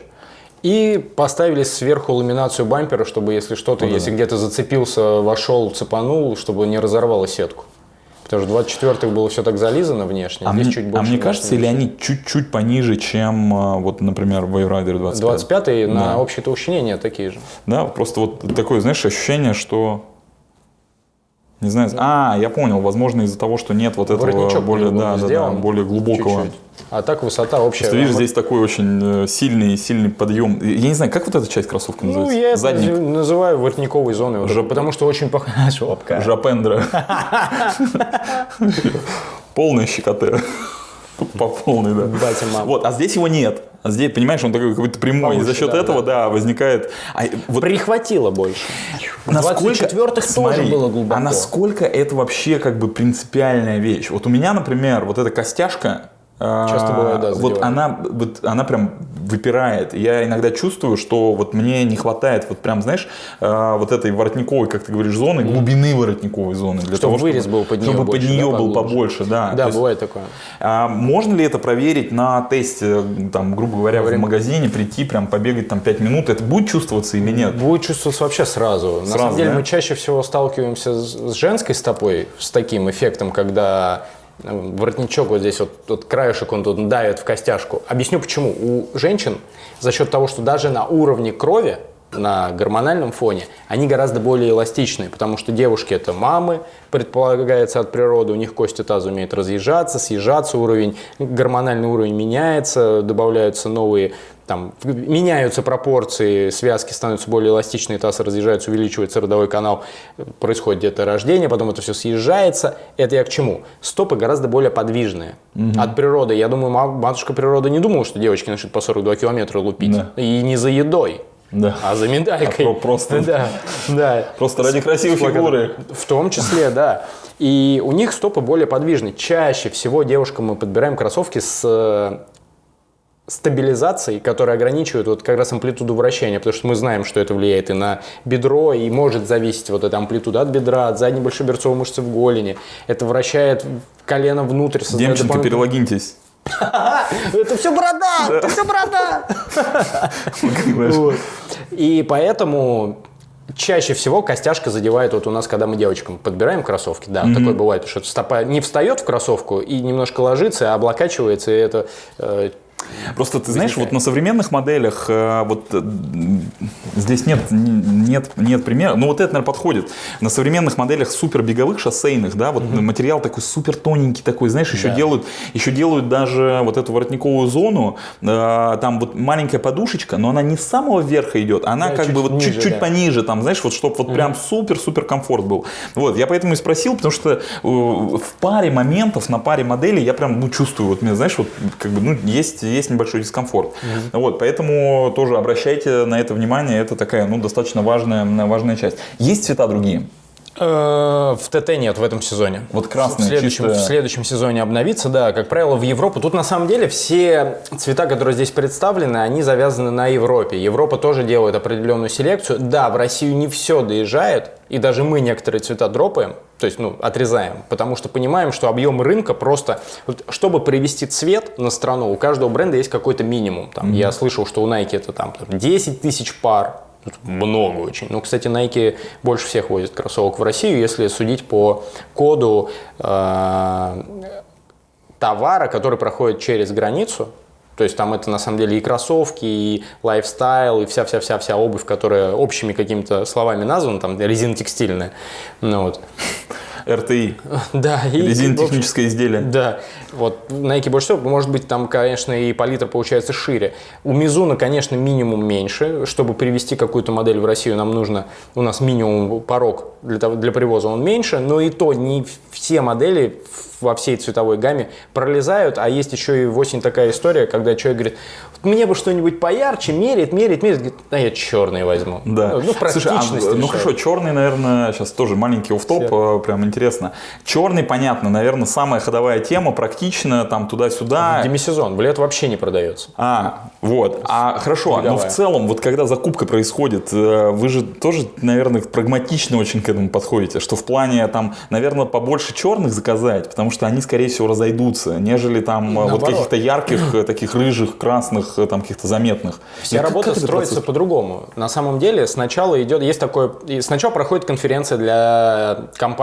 И поставили сверху ламинацию бампера, чтобы если что-то, ну, если да. где-то зацепился, вошел, цепанул, чтобы не разорвало сетку. Потому что в двадцать четвёртых было все так зализано внешне, а здесь мне, чуть больше. А мне кажется, или они чуть-чуть пониже, чем, вот, например, в Wave Rider двадцать пять? двадцать пятый да. на общей толщине нет, такие же. Да, просто вот такое, знаешь, ощущение, что... Не знаю, а, я понял, возможно, из-за того, что нет вот этого более, да, да, да, более глубокого. Чуть-чуть. А так высота общая. Просто видишь, здесь такой очень сильный, сильный подъем. Я не знаю, как вот эта часть кроссовки называется? Ну, я Задник. это называю воротниковой зоной, вот Жап... потому что очень похожа жопка. Жапендра. Полная щекота. По полной, да. Вот, а здесь его нет. А здесь, понимаешь, он такой какой-то прямой. И за счет этого, да, возникает... Прихватило больше. В двадцать четвёртых тоже было глубоко. А насколько это вообще как бы принципиальная вещь? Вот у меня, например, вот эта костяшка, часто бывает, да, вот она, вот она прям выпирает. Я иногда чувствую, что вот мне не хватает вот прям, знаешь, вот этой воротниковой, как ты говоришь, зоны, глубины воротниковой зоны. Для чтобы того, вырез чтобы, был под нее чтобы больше, под нее да, был побольше, да. Да, То бывает есть, такое. А можно ли это проверить на тесте, там, грубо говоря, Время. в магазине, прийти, прям побегать там пять минут? Это будет чувствоваться или нет? Будет чувствоваться вообще сразу. сразу на самом деле да? мы чаще всего сталкиваемся с женской стопой, с таким эффектом, когда воротничок вот здесь, вот, вот краешек, он тут давит в костяшку. Объясню почему. У женщин за счет того, что даже на уровне крови, на гормональном фоне, они гораздо более эластичные, потому что девушки это мамы, предполагается от природы, у них кости таза умеют разъезжаться, съезжаться, уровень, гормональный уровень меняется, добавляются новые, там, меняются пропорции, связки становятся более эластичные, таз разъезжается, увеличивается родовой канал, происходит деторождение, потом это все съезжается. Это я к чему? Стопы гораздо более подвижные. Угу. От природы, я думаю, матушка природа не думала, что девочки начнут по сорок два километра лупить. Да. И не за едой. Да. А за медалькой. А просто, да, да. просто ради красивой фигуры. В том числе, да. И у них стопы более подвижны. Чаще всего девушкам мы подбираем кроссовки с стабилизацией, которые ограничивают вот как раз амплитуду вращения, потому что мы знаем, что это влияет и на бедро, и может зависеть вот эта амплитуда от бедра, от задней большеберцовой мышцы в голени. Это вращает колено внутрь. Демченко, перелогиньтесь. Это все борода! Это все борода! И поэтому чаще всего костяшка задевает вот у нас, когда мы девочкам подбираем кроссовки. Да, такое бывает, что стопа не встает в кроссовку и немножко ложится, а облокачивается, и это... Просто ты знаешь, вот на современных моделях вот здесь нет, нет, нет примера, но вот это, наверное, подходит. На современных моделях супербеговых шоссейных, да, вот mm-hmm. материал такой супер тоненький такой, знаешь, еще да. делают, еще делают даже вот эту воротниковую зону, там вот маленькая подушечка, но она не с самого верха идет, она да, как бы вот чуть-чуть да. пониже, там, знаешь, вот чтобы вот mm-hmm. прям супер-супер комфорт был. Вот, я поэтому и спросил, потому что в паре моментов, на паре моделей я прям, ну, чувствую, вот мне, знаешь, вот как бы, ну, есть есть небольшой дискомфорт. Mm-hmm. Вот, поэтому тоже обращайте на это внимание, это такая, ну, достаточно важная, важная часть. Есть цвета другие? В ТТ нет в этом сезоне. Вот красный, в следующем, чисто... в следующем сезоне обновится, да, как правило, в Европу. Тут на самом деле все цвета, которые здесь представлены, они завязаны на Европе. Европа тоже делает определенную селекцию. Да, в Россию не все доезжает, и даже мы некоторые цвета дропаем, то есть, ну, отрезаем, потому что понимаем, что объем рынка просто, вот, чтобы привести цвет на страну, у каждого бренда есть какой-то минимум. Там, mm-hmm. Я слышал, что у Nike это там десять тысяч пар. Много очень. Ну, кстати, Nike больше всех возит кроссовок в Россию, если судить по коду э, товара, который проходит через границу. То есть там это на самом деле и кроссовки, и лайфстайл, и вся-вся-вся-вся обувь, которая общими какими-то словами названа, там резинотекстильная. Ну, вот. эр тэ и. Да. Резинотехническое изделие. Да. Вот Nike больше всего, может быть, там, конечно, и палитра получается шире. У Mizuno, конечно, минимум меньше. Чтобы привезти какую-то модель в Россию, нам нужно, у нас минимум порог для, того, для привоза он меньше, но и то не все модели во всей цветовой гамме пролезают, а есть еще и в осень такая история, когда человек говорит, мне бы что-нибудь поярче, меряет, меряет, меряет, говорит, а я черный возьму. Да. Ну, практичность. Слушай, а, ну хорошо, черный, наверное, сейчас тоже маленький офф-топ, Все. Прям интересно. Черный, понятно, наверное, самая ходовая тема, практично, там туда-сюда. В демисезон, в лет вообще не продается. А, вот. А хорошо, Беговая. Но в целом, вот когда закупка происходит, вы же тоже, наверное, прагматично очень к этому подходите, что в плане, там, наверное, побольше черных заказать, потому что они, скорее всего, разойдутся, нежели там Наоборот. вот каких-то ярких, таких рыжих, красных, там, каких-то заметных. Вся как, работа как строится по-другому. На самом деле, сначала идет, есть такое, сначала проходит конференция для компаний, которые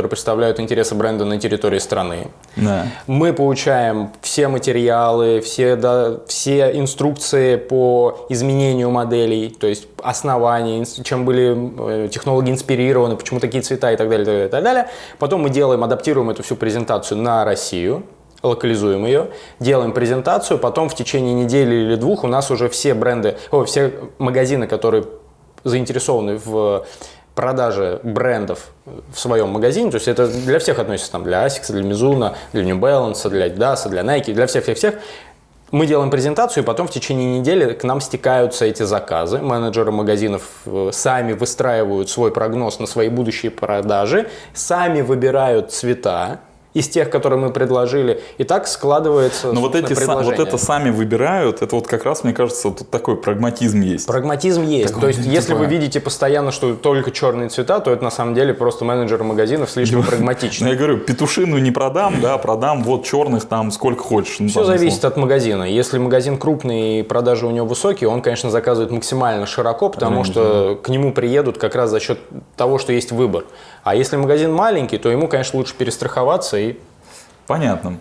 которые представляют интересы бренда на территории страны. Да. Мы получаем все материалы, все, да, все инструкции по изменению моделей, то есть основания, чем были технологии инспирированы, почему такие цвета и так далее, и так далее. Потом мы делаем, адаптируем эту всю презентацию на Россию, локализуем ее, делаем презентацию, потом в течение недели или двух у нас уже все бренды, о, все магазины, которые заинтересованы в продаже брендов в своем магазине, то есть это для всех относится, там, для Asics, для Mizuno, для New Balance, для Adidas, для Nike, для всех-всех-всех. Мы делаем презентацию, и потом в течение недели к нам стекаются эти заказы. Менеджеры магазинов сами выстраивают свой прогноз на свои будущие продажи, сами выбирают цвета из тех, которые мы предложили, и так складывается. Но вот, эти, вот это сами выбирают, это вот как раз, мне кажется, тут такой прагматизм есть. Прагматизм есть. Такой, то есть, типа... если вы видите постоянно, что только черные цвета, то это на самом деле просто менеджеры магазинов слишком прагматичны. Ну, я говорю, петушиную не продам, да, продам вот черных там сколько хочешь. Ну, все зависит от магазина. Если магазин крупный и продажи у него высокие, он, конечно, заказывает максимально широко, потому что к нему приедут как раз за счет того, что есть выбор. А если магазин маленький, то ему, конечно, лучше перестраховаться и... Понятно.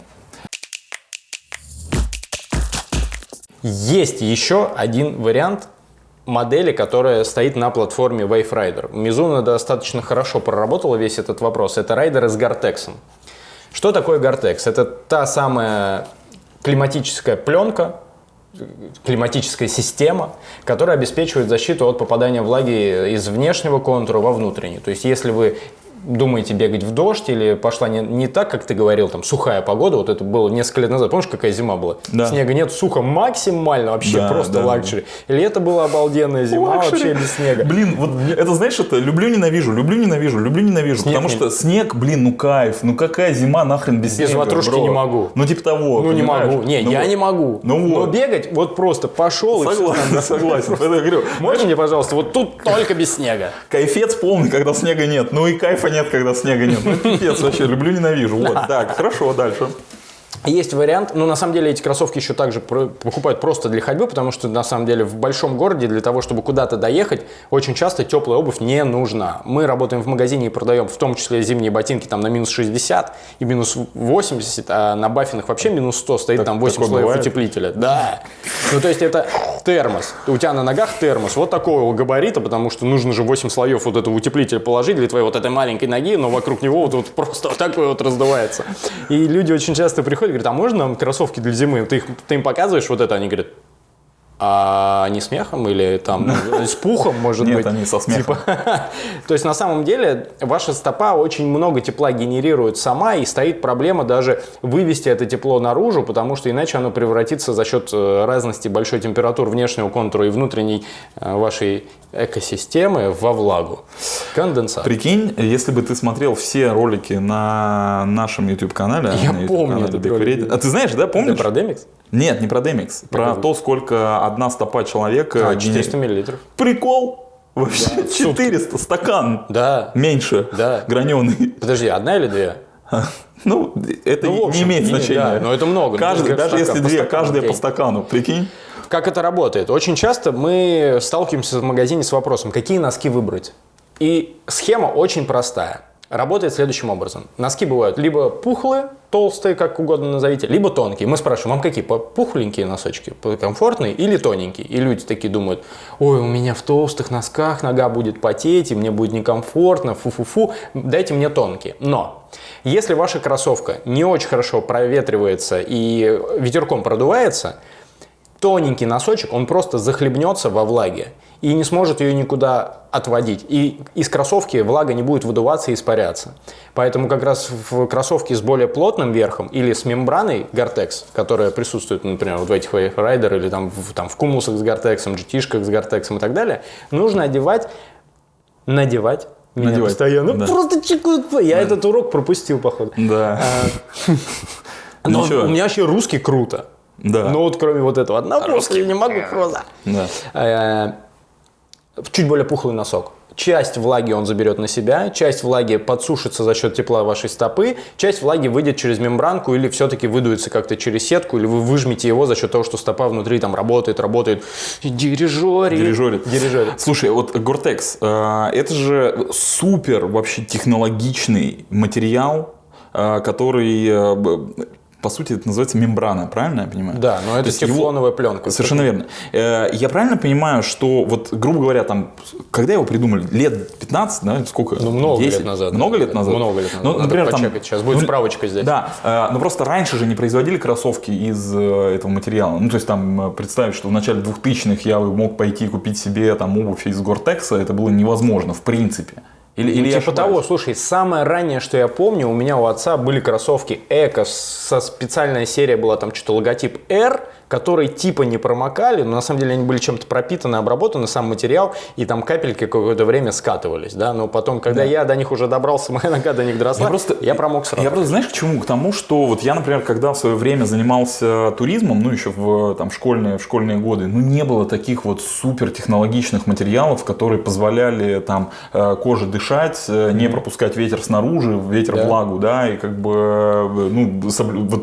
Есть еще один вариант модели, которая стоит на платформе Wave Rider. Mizuno достаточно хорошо проработала весь этот вопрос. Это райдеры с Gore-Tex. Что такое Gore-Tex? Это та самая климатическая пленка, климатическая система, которая обеспечивает защиту от попадания влаги из внешнего контура во внутренний. То есть, если вы думаете бегать в дождь или пошла не, не так, как ты говорил, там сухая погода, вот это было несколько лет назад, помнишь, какая зима была? Да. Снега нет, сухо максимально, вообще да, просто да, лакшери. Да. Или это была обалденная зима лакшери. Вообще без снега. Блин, вот это знаешь, это люблю-ненавижу, люблю-ненавижу, люблю-ненавижу, потому нет. что снег, блин, ну кайф, ну какая зима нахрен без, без снега? Без ватрушки бро. Не могу. Ну типа того. Ну понимаешь? Не могу, не, ну, я вот. Не могу. Ну, но вот. Бегать вот просто пошел согласен, и все. Согласен, согласен. Можно мне, пожалуйста, вот тут только без снега? Кайфец полный, когда снега нет, ну и кайфа нет, когда снега нет. Ну, пипец вообще, люблю, ненавижу. Вот, так, хорошо, дальше. Есть вариант, но на самом деле эти кроссовки еще также покупают просто для ходьбы, потому что на самом деле в большом городе для того, чтобы куда-то доехать, очень часто теплая обувь не нужна. Мы работаем в магазине и продаем в том числе зимние ботинки там на минус шестьдесят и минус восемьдесят, а на баффинах вообще минус сто стоит, так, там восемь слоев бывает? Утеплителя. Да. Ну то есть это термос. У тебя на ногах термос вот такого габарита, потому что нужно же восемь слоев вот этого утеплителя положить для твоей вот этой маленькой ноги, но вокруг него вот, вот просто вот такой вот раздувается. И люди очень часто приходят, говорит, а можно нам кроссовки для зимы? Ты, их, ты им показываешь вот это, они говорят, а они с мехом или там с пухом, может Нет, быть? Нет, они со смехом. Типа, то есть на самом деле ваша стопа очень много тепла генерирует сама, и стоит проблема даже вывести это тепло наружу, потому что иначе оно превратится за счет разности большой температуры внешнего контура и внутренней вашей экосистемы во влагу. Конденсат. Прикинь, если бы ты смотрел все ролики на нашем YouTube-канале. Я помню этот ролик. А ты знаешь, да, помнишь? Это про Demix? Нет, не про Demix. Про то, сколько одна стопа человека... А, четыреста миллилитров. Прикол! Вообще да. четыреста, стакан. Да. Меньше. Да. Граненый. Подожди, одна или две? Ну, это ну, общем, не имеет значения. Да, но это много. Каждый, даже стакан, если две, каждая по стакану, прикинь. Как это работает? Очень часто мы сталкиваемся в магазине с вопросом, какие носки выбрать. И схема очень простая. Работает следующим образом. Носки бывают либо пухлые, толстые, как угодно назовите, либо тонкие. Мы спрашиваем, вам какие? Пухленькие носочки, комфортные или тоненькие? И люди такие думают, ой, у меня в толстых носках нога будет потеть, и мне будет некомфортно, фу-фу-фу, дайте мне тонкие. Но если ваша кроссовка не очень хорошо проветривается и ветерком продувается, тоненький носочек, он просто захлебнется во влаге и не сможет ее никуда отводить. И из кроссовки влага не будет выдуваться и испаряться. Поэтому как раз в кроссовке с более плотным верхом или с мембраной Gore-Tex, которая присутствует, например, вот в этих Wave Rider или там в, там, в кумусах с Gore-Tex, джи ти-шках с Gore-Tex и так далее, нужно одевать, надевать, меня надевать. Постоянно да. просто чекают. Я да. этот урок пропустил, походу. Да. Но у меня вообще русский круто. Да. Но вот кроме вот этого одного русский не могу просто. Да. Чуть более пухлый носок. часть влаги он заберет на себя, часть влаги подсушится за счет тепла вашей стопы, часть влаги выйдет через мембранку или все-таки выдуется как-то через сетку, или вы выжмете его за счет того, что стопа внутри там работает, работает. Дирижерит. Дирижерит. Дирижерит. Слушай, вот Gore-Tex, э, это же супер вообще технологичный материал, э, который... Э, по сути, это называется мембрана, правильно я понимаю? Да, но это тефлоновая его... пленка. Совершенно верно. Я правильно понимаю, что, вот, грубо говоря, там, когда его придумали? Лет пятнадцать, да? Сколько? Ну, много десять лет назад. Много лет назад? Много лет назад. Ну, Надо например, там, сейчас будет ну, справочка здесь. Да, но просто раньше же не производили кроссовки из этого материала. Ну, то есть, там, представить, что в начале двухтысячных я мог пойти и купить себе там обувь из Gore-Tex, это было невозможно, в принципе. Или, или ну, типа того, слушай, самое раннее, что я помню, у меня у отца были кроссовки Эко, со специальная серия была, там что-то логотип R, которые типа не промокали, но на самом деле они были чем-то пропитаны, обработаны, сам материал, и там капельки какое-то время скатывались, да, но потом, когда да. я до них уже добрался, моя нога до них доросла, я, просто, я промок сразу. Я просто, знаешь, к чему? К тому, что вот я, например, когда в свое время занимался туризмом, ну, еще в там, школьные, в школьные годы, ну, не было таких вот супертехнологичных материалов, которые позволяли там коже дышать, mm-hmm. не пропускать ветер снаружи, ветер да. влагу, да, и как бы, ну, соблю... вот,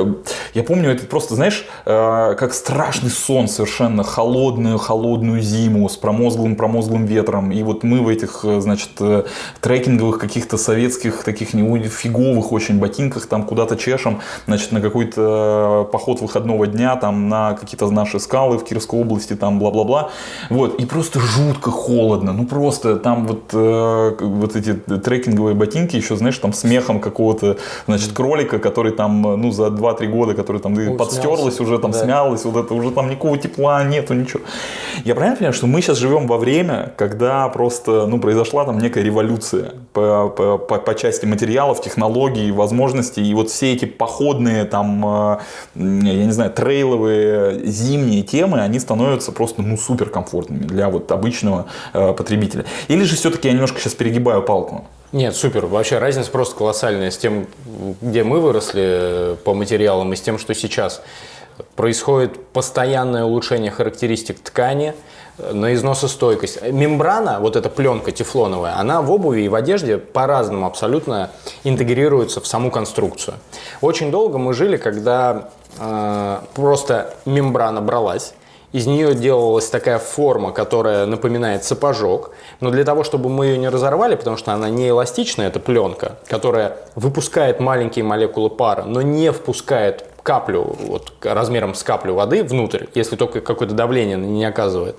я помню, это просто, знаешь, как страшный сон совершенно, холодную, холодную зиму с промозглым, промозглым ветром. И вот мы в этих, значит, трекинговых каких-то советских, таких не фиговых очень ботинках там куда-то чешем, значит, на какой-то поход выходного дня, там на какие-то наши скалы в Кировской области, там бла-бла-бла. Вот, и просто жутко холодно. Ну, просто там вот, э, вот эти трекинговые ботинки еще, знаешь, там с мехом какого-то, значит, кролика, который там, ну, за два-три года, который там Ой, подстерлась уже, там, да. смялась, вот это уже там никакого тепла нету, ничего. Я правильно понимаю, что мы сейчас живем во время, когда просто, ну, произошла там некая революция по, по, по, по части материалов, технологий, возможностей, и вот все эти походные там, я не знаю, трейловые, зимние темы, они становятся просто, ну, суперкомфортными для вот обычного э, потребителя. Или же все-таки я немножко сейчас перегибаю палку? Нет, супер. Вообще разница просто колоссальная с тем, где мы выросли по материалам, и с тем, что сейчас. Происходит постоянное улучшение характеристик ткани, на износостойкость. Мембрана, вот эта пленка тефлоновая, она в обуви и в одежде по-разному абсолютно интегрируется в саму конструкцию. Очень долго мы жили, когда э, просто мембрана бралась, из нее делалась такая форма, которая напоминает сапожок, но для того, чтобы мы ее не разорвали, потому что она не эластичная, это пленка, которая выпускает маленькие молекулы пара, но не впускает каплю, вот, размером с каплю воды внутрь, если только какое-то давление не оказывает,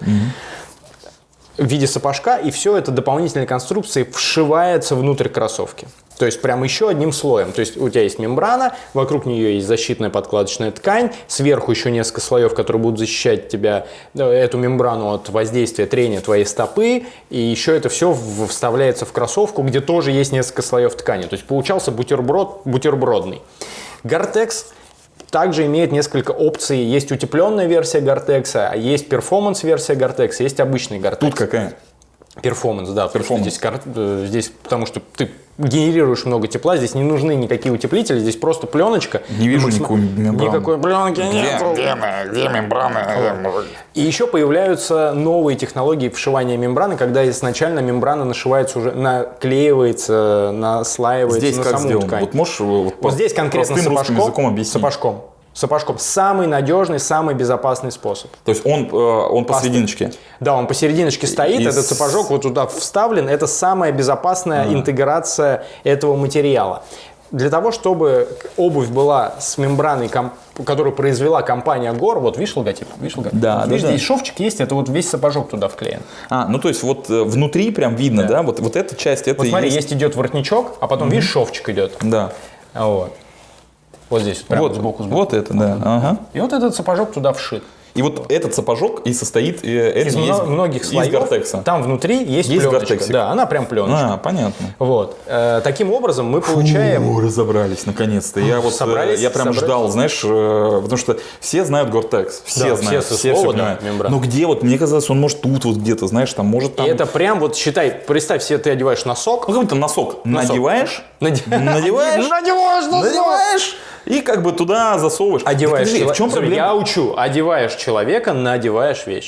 mm-hmm. в виде сапожка, и все это дополнительной конструкцией вшивается внутрь кроссовки. То есть прям еще одним слоем. То есть у тебя есть мембрана, вокруг нее есть защитная подкладочная ткань, сверху еще несколько слоев, которые будут защищать тебя, эту мембрану от воздействия трения твоей стопы, и еще это все вставляется в кроссовку, где тоже есть несколько слоев ткани. То есть получался бутерброд, бутербродный. Gore-Tex также имеет несколько опций. Есть утепленная версия Gore-Tex, а есть перформанс-версия Gore-Tex, есть обычный Gore-Tex. Тут какая? Перформанс, да. Перформанс. Здесь, здесь, потому что ты генерируешь много тепла, здесь не нужны никакие утеплители, здесь просто пленочка. Не вижу никакой мембраны. Никакой пленки нет. Где, где мембрана? И еще появляются новые технологии вшивания мембраны, когда изначально мембрана нашивается уже, наклеивается, наслаивается здесь на как саму сделано? ткань. Вот можешь вот вот здесь конкретно сапожком, сапожком. Сапожком. Самый надежный, самый безопасный способ. То есть он, он посерединочке? Да, он посерединочке стоит, И этот сапожок вот туда вставлен. Это самая безопасная а. интеграция этого материала. Для того, чтобы обувь была с мембраной, которую произвела компания Gore, вот видишь логотип? Видишь логотип? Да, вот, да, видишь, да. здесь шовчик есть, это вот весь сапожок туда вклеен. А, ну то есть вот внутри прям видно, да, да? Вот, вот эта часть, это вот смотри, есть... есть идет воротничок, а потом, mm-hmm. видишь, шовчик идет. Да. Вот. Вот здесь, прямо вот, сбоку, сбоку. Вот это, да. Ага. И вот этот сапожок туда вшит. И вот, вот этот сапожок и состоит э, из есть, многих слоев. Из Gore-Tex. Там внутри есть, есть пленочка. Gore-Tex. Да, она прям пленочка. А, понятно. Вот. Э, таким образом мы получаем... Фу, разобрались наконец-то. Я вот собрались, я прям собрались. ждал, знаешь, э, потому что все знают Gore-Tex. Все да, знают, все, все, все, все да, понимают. Но где вот, мне казалось, он может тут вот где-то, знаешь, там может там... И это прям вот, считай, представь себе, ты одеваешь носок. Ну, какой-то носок. носок. Надеваешь. Наде... Надеваешь. Надеваешь носок. Надеваешь. И как бы туда засовываешь. Одеваешь подожди, чело... в чем проблема? Я учу. Одеваешь человека, надеваешь вещь.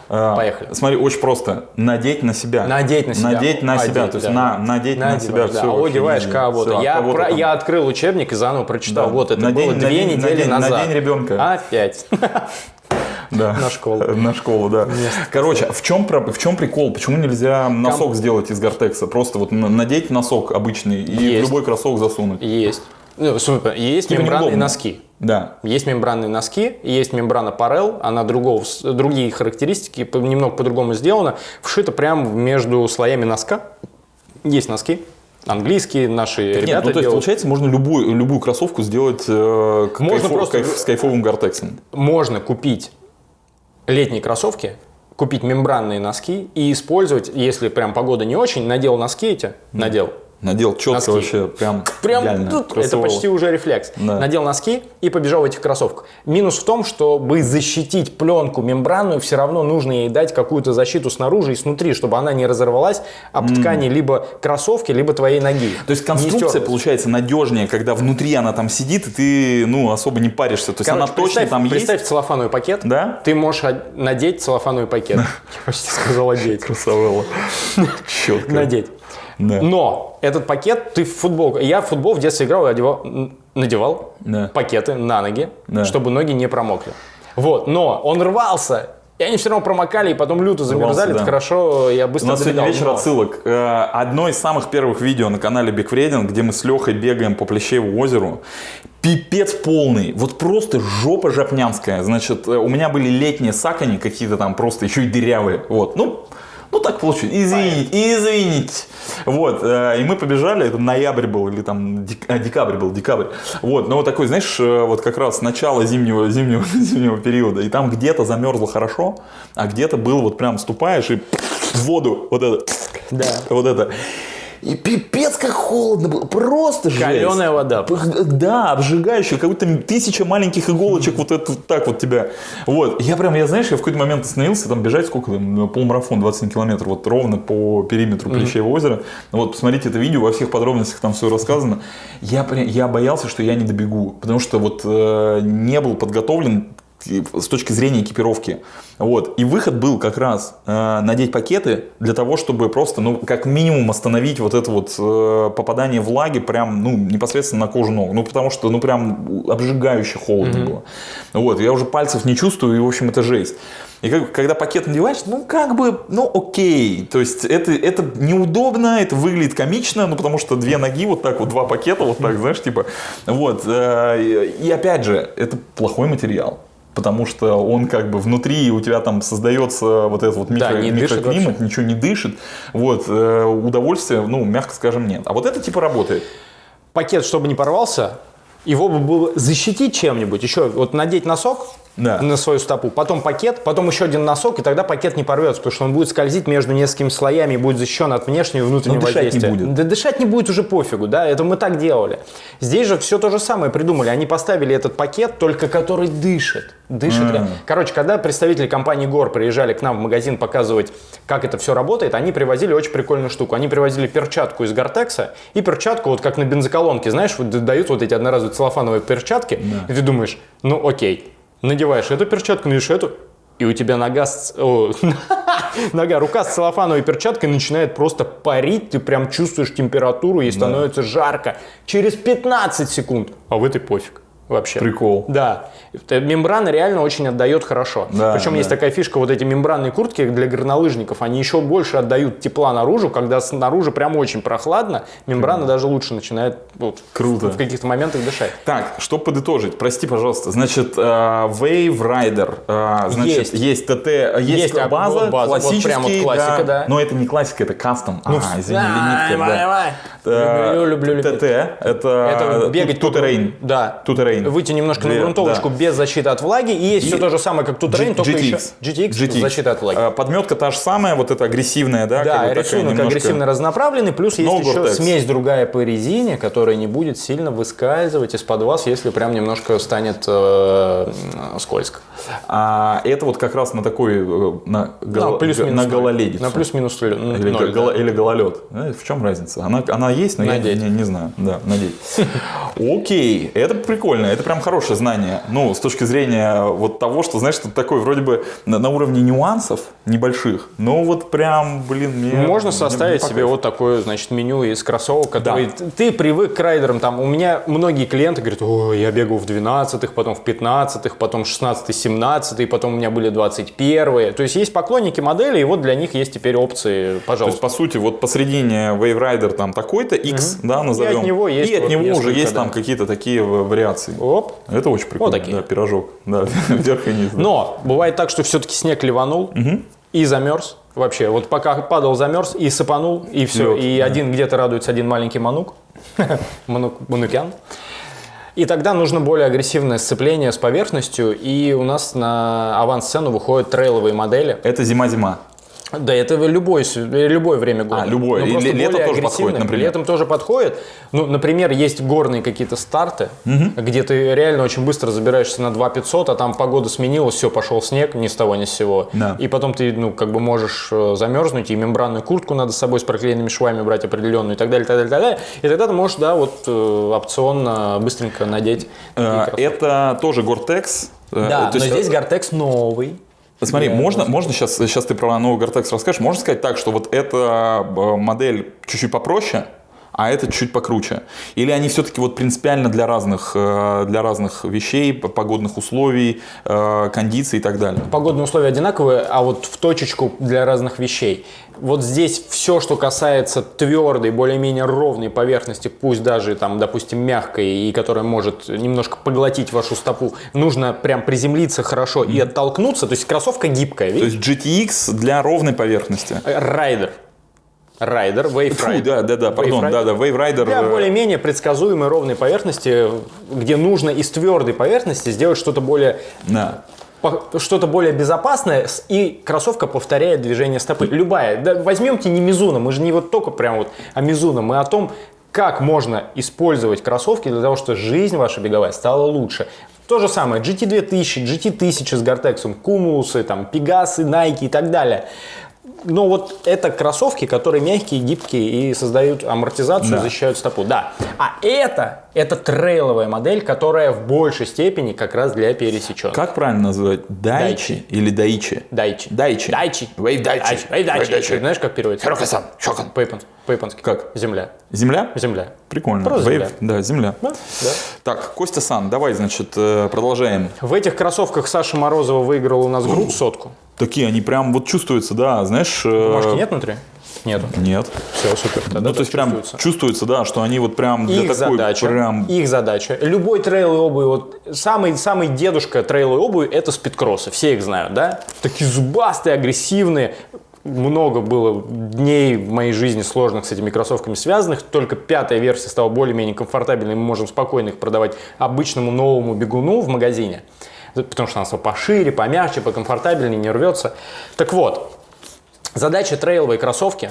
Поехали. Смотри, очень просто. Надеть на себя. Надеть на себя. Надеть на Одеть, себя. То есть да. на, надеть на себя. Да. Все, одеваешь кого-то. Все, я, кого-то про, там. я открыл учебник и заново прочитал. Да. Вот это на было день, две на день, недели на день, назад. На день ребенка. Опять. Да. На школу. На школу, да. Короче, в чем, в чем прикол? Почему нельзя носок Ком... сделать из гортекса? Просто вот надеть носок обычный и Есть. в любой кроссовок засунуть. Есть. Ну, супер. Есть типа мембранные неудобно. носки. Да. Есть мембранные носки, есть мембрана Parel, она другого, другие характеристики, немного по-другому сделана, вшита прямо между слоями носка. Есть носки. Английские наши так ребята нет, ну, то есть, делают. получается, можно любую, любую кроссовку сделать э, можно кайфов, просто... кайф, с кайфовым гортексом. Можно купить летние кроссовки, купить мембранные носки и использовать, если прям погода не очень, надел носки эти, mm. надел. Надел четко носки. Вообще, прям, прям идеально. Тут, это почти уже рефлекс. Да. Надел носки и побежал в этих кроссовках. Минус в том, чтобы защитить пленку мембранную, все равно нужно ей дать какую-то защиту снаружи и снутри, чтобы она не разорвалась об mm. ткани либо кроссовки, либо твоей ноги. То есть конструкция получается надежнее, когда внутри она там сидит, и ты ну, особо не паришься. То есть Короче, она точно там есть. Представь целлофановый пакет. Да? Ты можешь надеть целлофановый пакет. Я почти сказал одеть. Красавелла. Четко. Надеть. Да. Но этот пакет, ты в футбол... Я в футбол в детстве играл и одевал, надевал да. пакеты на ноги, да. чтобы ноги не промокли. Вот, но он рвался, и они все равно промокали, и потом люто замерзали. Рвался, да. Это хорошо, я быстро У нас добегал, сегодня вечер но... отсылок. Одно из самых первых видео на канале Big Fredin, где мы с Лехой бегаем по Плещееву озеру. Пипец полный, вот просто жопа жопнянская. Значит, у меня были летние сакани какие-то там просто еще и дырявые. Вот, ну... Ну, так получилось. Извините, извините. Вот, э, и мы побежали, это ноябрь был, или там дек, а, декабрь был, декабрь. Вот, но вот такой, знаешь, вот как раз начало зимнего, зимнего, зимнего периода. И там где-то замерзло хорошо, а где-то был вот прям ступаешь и в воду, вот это, да. вот это. И пипец как холодно было, просто жесть. Каленая вода. Да, обжигающая, как будто тысяча маленьких иголочек вот это вот так вот тебя. Вот, я прям, я знаешь, я в какой-то момент остановился, там бежать сколько там, полумарафон, двадцать семь километров, вот ровно по периметру Плещеева mm-hmm. озера. Вот, посмотрите это видео, во всех подробностях там все рассказано. Я, я боялся, что я не добегу, потому что вот э, не был подготовлен с точки зрения экипировки. Вот. И выход был как раз э, надеть пакеты для того, чтобы просто, ну, как минимум остановить вот это вот э, попадание влаги прям, ну, непосредственно на кожу ног. Ну, потому что, ну, прям обжигающе холодно mm-hmm. было. Вот. Я уже пальцев не чувствую, и, в общем, это жесть. И как, когда пакет надеваешь, ну, как бы, ну, окей. То есть, это, это неудобно, это выглядит комично, ну, потому что две ноги, вот так вот, два пакета, вот так, знаешь, типа. Вот. Э, и, опять же, это плохой материал. Потому что он как бы внутри у тебя там создается вот этот вот микро, да, микроклимат, ничего не дышит. Вот, э, удовольствия, ну, мягко скажем, нет. А вот это типа работает. Пакет, чтобы не порвался, его бы было защитить чем-нибудь. Еще вот надеть носок да. на свою стопу, потом пакет, потом еще один носок, и тогда пакет не порвется, потому что он будет скользить между несколькими слоями и будет защищен от внешнего и внутреннего Но дышать воздействия. Не будет. Да дышать не будет уже пофигу, да, это мы так делали. Здесь же все то же самое придумали. Они поставили этот пакет, только который дышит. Дышит. Mm. Короче, когда представители компании Гор приезжали к нам в магазин показывать, как это все работает, они привозили очень прикольную штуку. Они привозили перчатку из Гортекса и перчатку, вот как на бензоколонке, знаешь, вот дают вот эти одноразовые целлофановые перчатки, yeah. и ты думаешь, ну окей. Надеваешь эту перчатку, надеваешь эту, и у тебя нога, с... О, нога, рука с целлофановой перчаткой начинает просто парить, ты прям чувствуешь температуру, ей становится да. жарко. Через пятнадцать секунд, а в этой пофиг вообще. Прикол. Да. Мембрана реально очень отдает хорошо. Да, Причем да. есть такая фишка, вот эти мембранные куртки для горнолыжников, они еще больше отдают тепла наружу, когда снаружи прям очень прохладно, мембрана Круто. Даже лучше начинает вот, Круто. В, в каких-то моментах дышать. Так, чтобы подытожить, прости, пожалуйста, значит, Wave Rider, значит, есть, есть ТТ, есть, есть база, база, классический, вот прям вот классика, да. да. Но это не классика, это кастом. Ну, а, извини, лимитка, да. Люблю, люблю, люблю. ТТ, это, это бегать тутерейн. Да. Тутерейн. Выйти немножко на грунтовочку да. без защиты от влаги. И есть и все то же самое, как тутерейн, только еще джи ти экс, джи ти экс. Защита от влаги. Подметка та же самая, вот эта агрессивная, да? Да, как рисунок немножко... агрессивно разнонаправленный, плюс есть No еще Gore-Tex. Смесь другая по резине, которая не будет сильно выскальзывать из-под вас, если прям немножко станет э, скользко. А это вот как раз на такой, на, гол... ну, на гололедицу. На плюс-минус ноль. Или, гол... да. или гололед. В чем разница? Она, она есть, но надеть. я не, не знаю. Да, надеть. Окей, это прикольно. прикольно, это прям хорошее знание. Ну, с точки зрения вот того, что, знаешь, что такое вроде бы на, на уровне нюансов небольших, но вот прям, блин, мне... Можно мне, составить мне себе вот такое, значит, меню из кроссовок, которые да. ты привык к райдерам. Там, у меня многие клиенты говорят, ой, я бегал в двенадцатых, потом в пятнадцатых, потом шестнадцатый, семнадцатый, потом у меня были двадцать первые. То есть есть поклонники модели, и вот для них есть теперь опции, пожалуйста. То есть, по сути, вот посредине Wave Rider там такой-то X, угу. да, назовем. И от него есть, и от вот него уже есть да. там какие-то такие вариации. Оп. Это очень прикольно. Вот такие. Да, пирожок. Да, вверх и вниз. Да. Но бывает так, что все-таки снег ливанул угу. и замерз. Вообще, вот пока падал, замерз и сыпанул, и все. Лед, и да. один где-то радуется один маленький манук. манук манукян. И тогда нужно более агрессивное сцепление с поверхностью. И у нас на авансцену выходят трейловые модели. Это зима-зима. Да, это любой, любое время года. А, любое. Ну, И летом тоже подходит, например. Летом тоже подходит. Ну, например, есть горные какие-то старты, угу. где ты реально очень быстро забираешься на два пятьсот, а там погода сменилась, все, пошел снег, ни с того, ни с сего. Да. И потом ты, ну, как бы можешь замерзнуть, и мембранную куртку надо с собой с проклеенными швами брать определенную, и так далее, и так далее, и так далее. И тогда ты можешь, да, вот опционно быстренько надеть. Это тоже Gore-Tex. Да, но здесь Gore-Tex новый. Смотри, yeah, можно, можно сейчас, сейчас ты про новый Gore-Tex расскажешь, можно сказать так, что вот эта модель чуть-чуть попроще, а это чуть покруче? Или они все-таки вот принципиально для разных, для разных вещей, погодных условий, кондиций и так далее? Погодные условия одинаковые, а вот в точечку для разных вещей. Вот здесь все, что касается твердой, более-менее ровной поверхности, пусть даже, там, допустим, мягкой, и которая может немножко поглотить вашу стопу, нужно прям приземлиться хорошо mm-hmm. и оттолкнуться. То есть кроссовка гибкая, видишь? То есть джи ти икс для ровной поверхности? Райдер. Райдер, Wave Rider. Да, да, да, пардон, да, да, Wave Rider. Для более-менее предсказуемой ровной поверхности, где нужно из твердой поверхности сделать что-то более... Да. Что-то более безопасное, и кроссовка повторяет движение стопы. Любая. Да, возьмемте не Mizuno, мы же не вот только прям вот о Mizuno, мы о том, как можно использовать кроссовки для того, чтобы жизнь ваша беговая стала лучше. То же самое, джи ти две тысячи, джи ти тысяча с Gore-Tex, Cumulus, там, Pegasus, Nike и так далее. Но вот это кроссовки, которые мягкие, гибкие и создают амортизацию, да. защищают стопу. Да. А это, это трейловая модель, которая в большей степени как раз для пересеченных. Как правильно называть? Дайчи или Дайчи? Дайчи. Дайчи. Дайчи. Wave Дайчи. Wave Дайчи. Знаешь, как переводится? Херокасан. Шокан. По-японски. Как? Земля. Земля? Земля. Прикольно. Просто Wave, земля. Да, земля. Да? Да. Так, Костя-сан, давай, значит, продолжаем. В этих кроссовках Саша Морозова выиграла у нас груд сотку. Такие, они прям вот чувствуются, да, знаешь... Бумажки нет внутри? Нету. Нет. Все, супер. Тогда ну, то есть прям чувствуется, да, что они вот прям для их такой задача, прям... Их задача. Любой трейловой обуви, вот самый, самый дедушка трейловой обуви – это спидкроссы. Все их знают, да? Такие зубастые, агрессивные. Много было дней в моей жизни сложных с этими кроссовками связанных. Только пятая версия стала более-менее комфортабельной. Мы можем спокойно их продавать обычному новому бегуну в магазине. Потому что она стала пошире, помягче, покомфортабельнее, не рвется. Так вот, задача трейловой кроссовки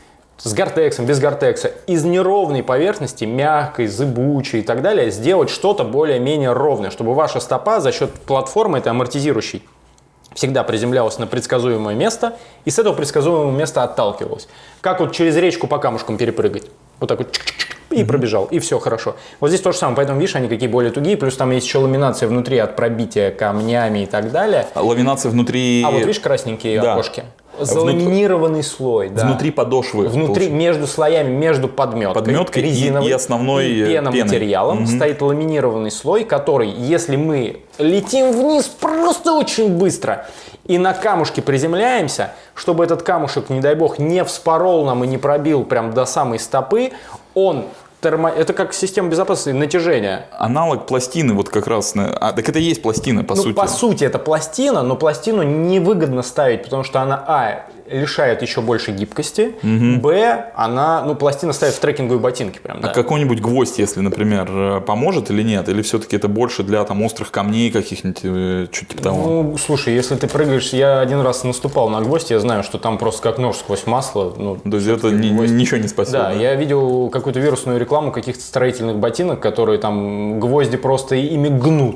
с Gore-Tex, без Gore-Tex, из неровной поверхности, мягкой, зыбучей и так далее, сделать что-то более-менее ровное, чтобы ваша стопа за счет платформы, этой амортизирующей, всегда приземлялась на предсказуемое место и с этого предсказуемого места отталкивалась. Как вот через речку по камушкам перепрыгать. Вот так вот и пробежал, и все хорошо. Вот здесь то же самое, поэтому, видишь, они какие более тугие, плюс там есть еще ламинация внутри от пробития камнями и так далее. А ламинация внутри... А вот видишь красненькие да. окошки? Заламинированный Внут... слой, да. Внутри подошвы. Внутри, получается. Между слоями, между подметкой, подметкой резиновой и, и основной и пеноматериалом угу. стоит ламинированный слой, который, если мы летим вниз просто очень быстро и на камушке приземляемся, чтобы этот камушек, не дай бог, не вспорол нам и не пробил прям до самой стопы, он... Термо... Это как система безопасности натяжения. Аналог пластины вот как раз. А, так это и есть пластина, по ну, сути. По сути это пластина, но пластину невыгодно ставить, потому что она, а, лишает еще больше гибкости, угу. б, она, ну, пластина ставит в трекинговые ботинки прям, да. А какой-нибудь гвоздь, если, например, поможет или нет? Или все-таки это больше для там острых камней каких-нибудь, чуть типа того? Ну, слушай, если ты прыгаешь, я один раз наступал на гвоздь, я знаю, что там просто как нож сквозь масло. Ну, то есть это ни, ничего не спасет? Да, да, я видел какую-то вирусную рекламу каких-то строительных ботинок, которые там гвозди просто ими гнут.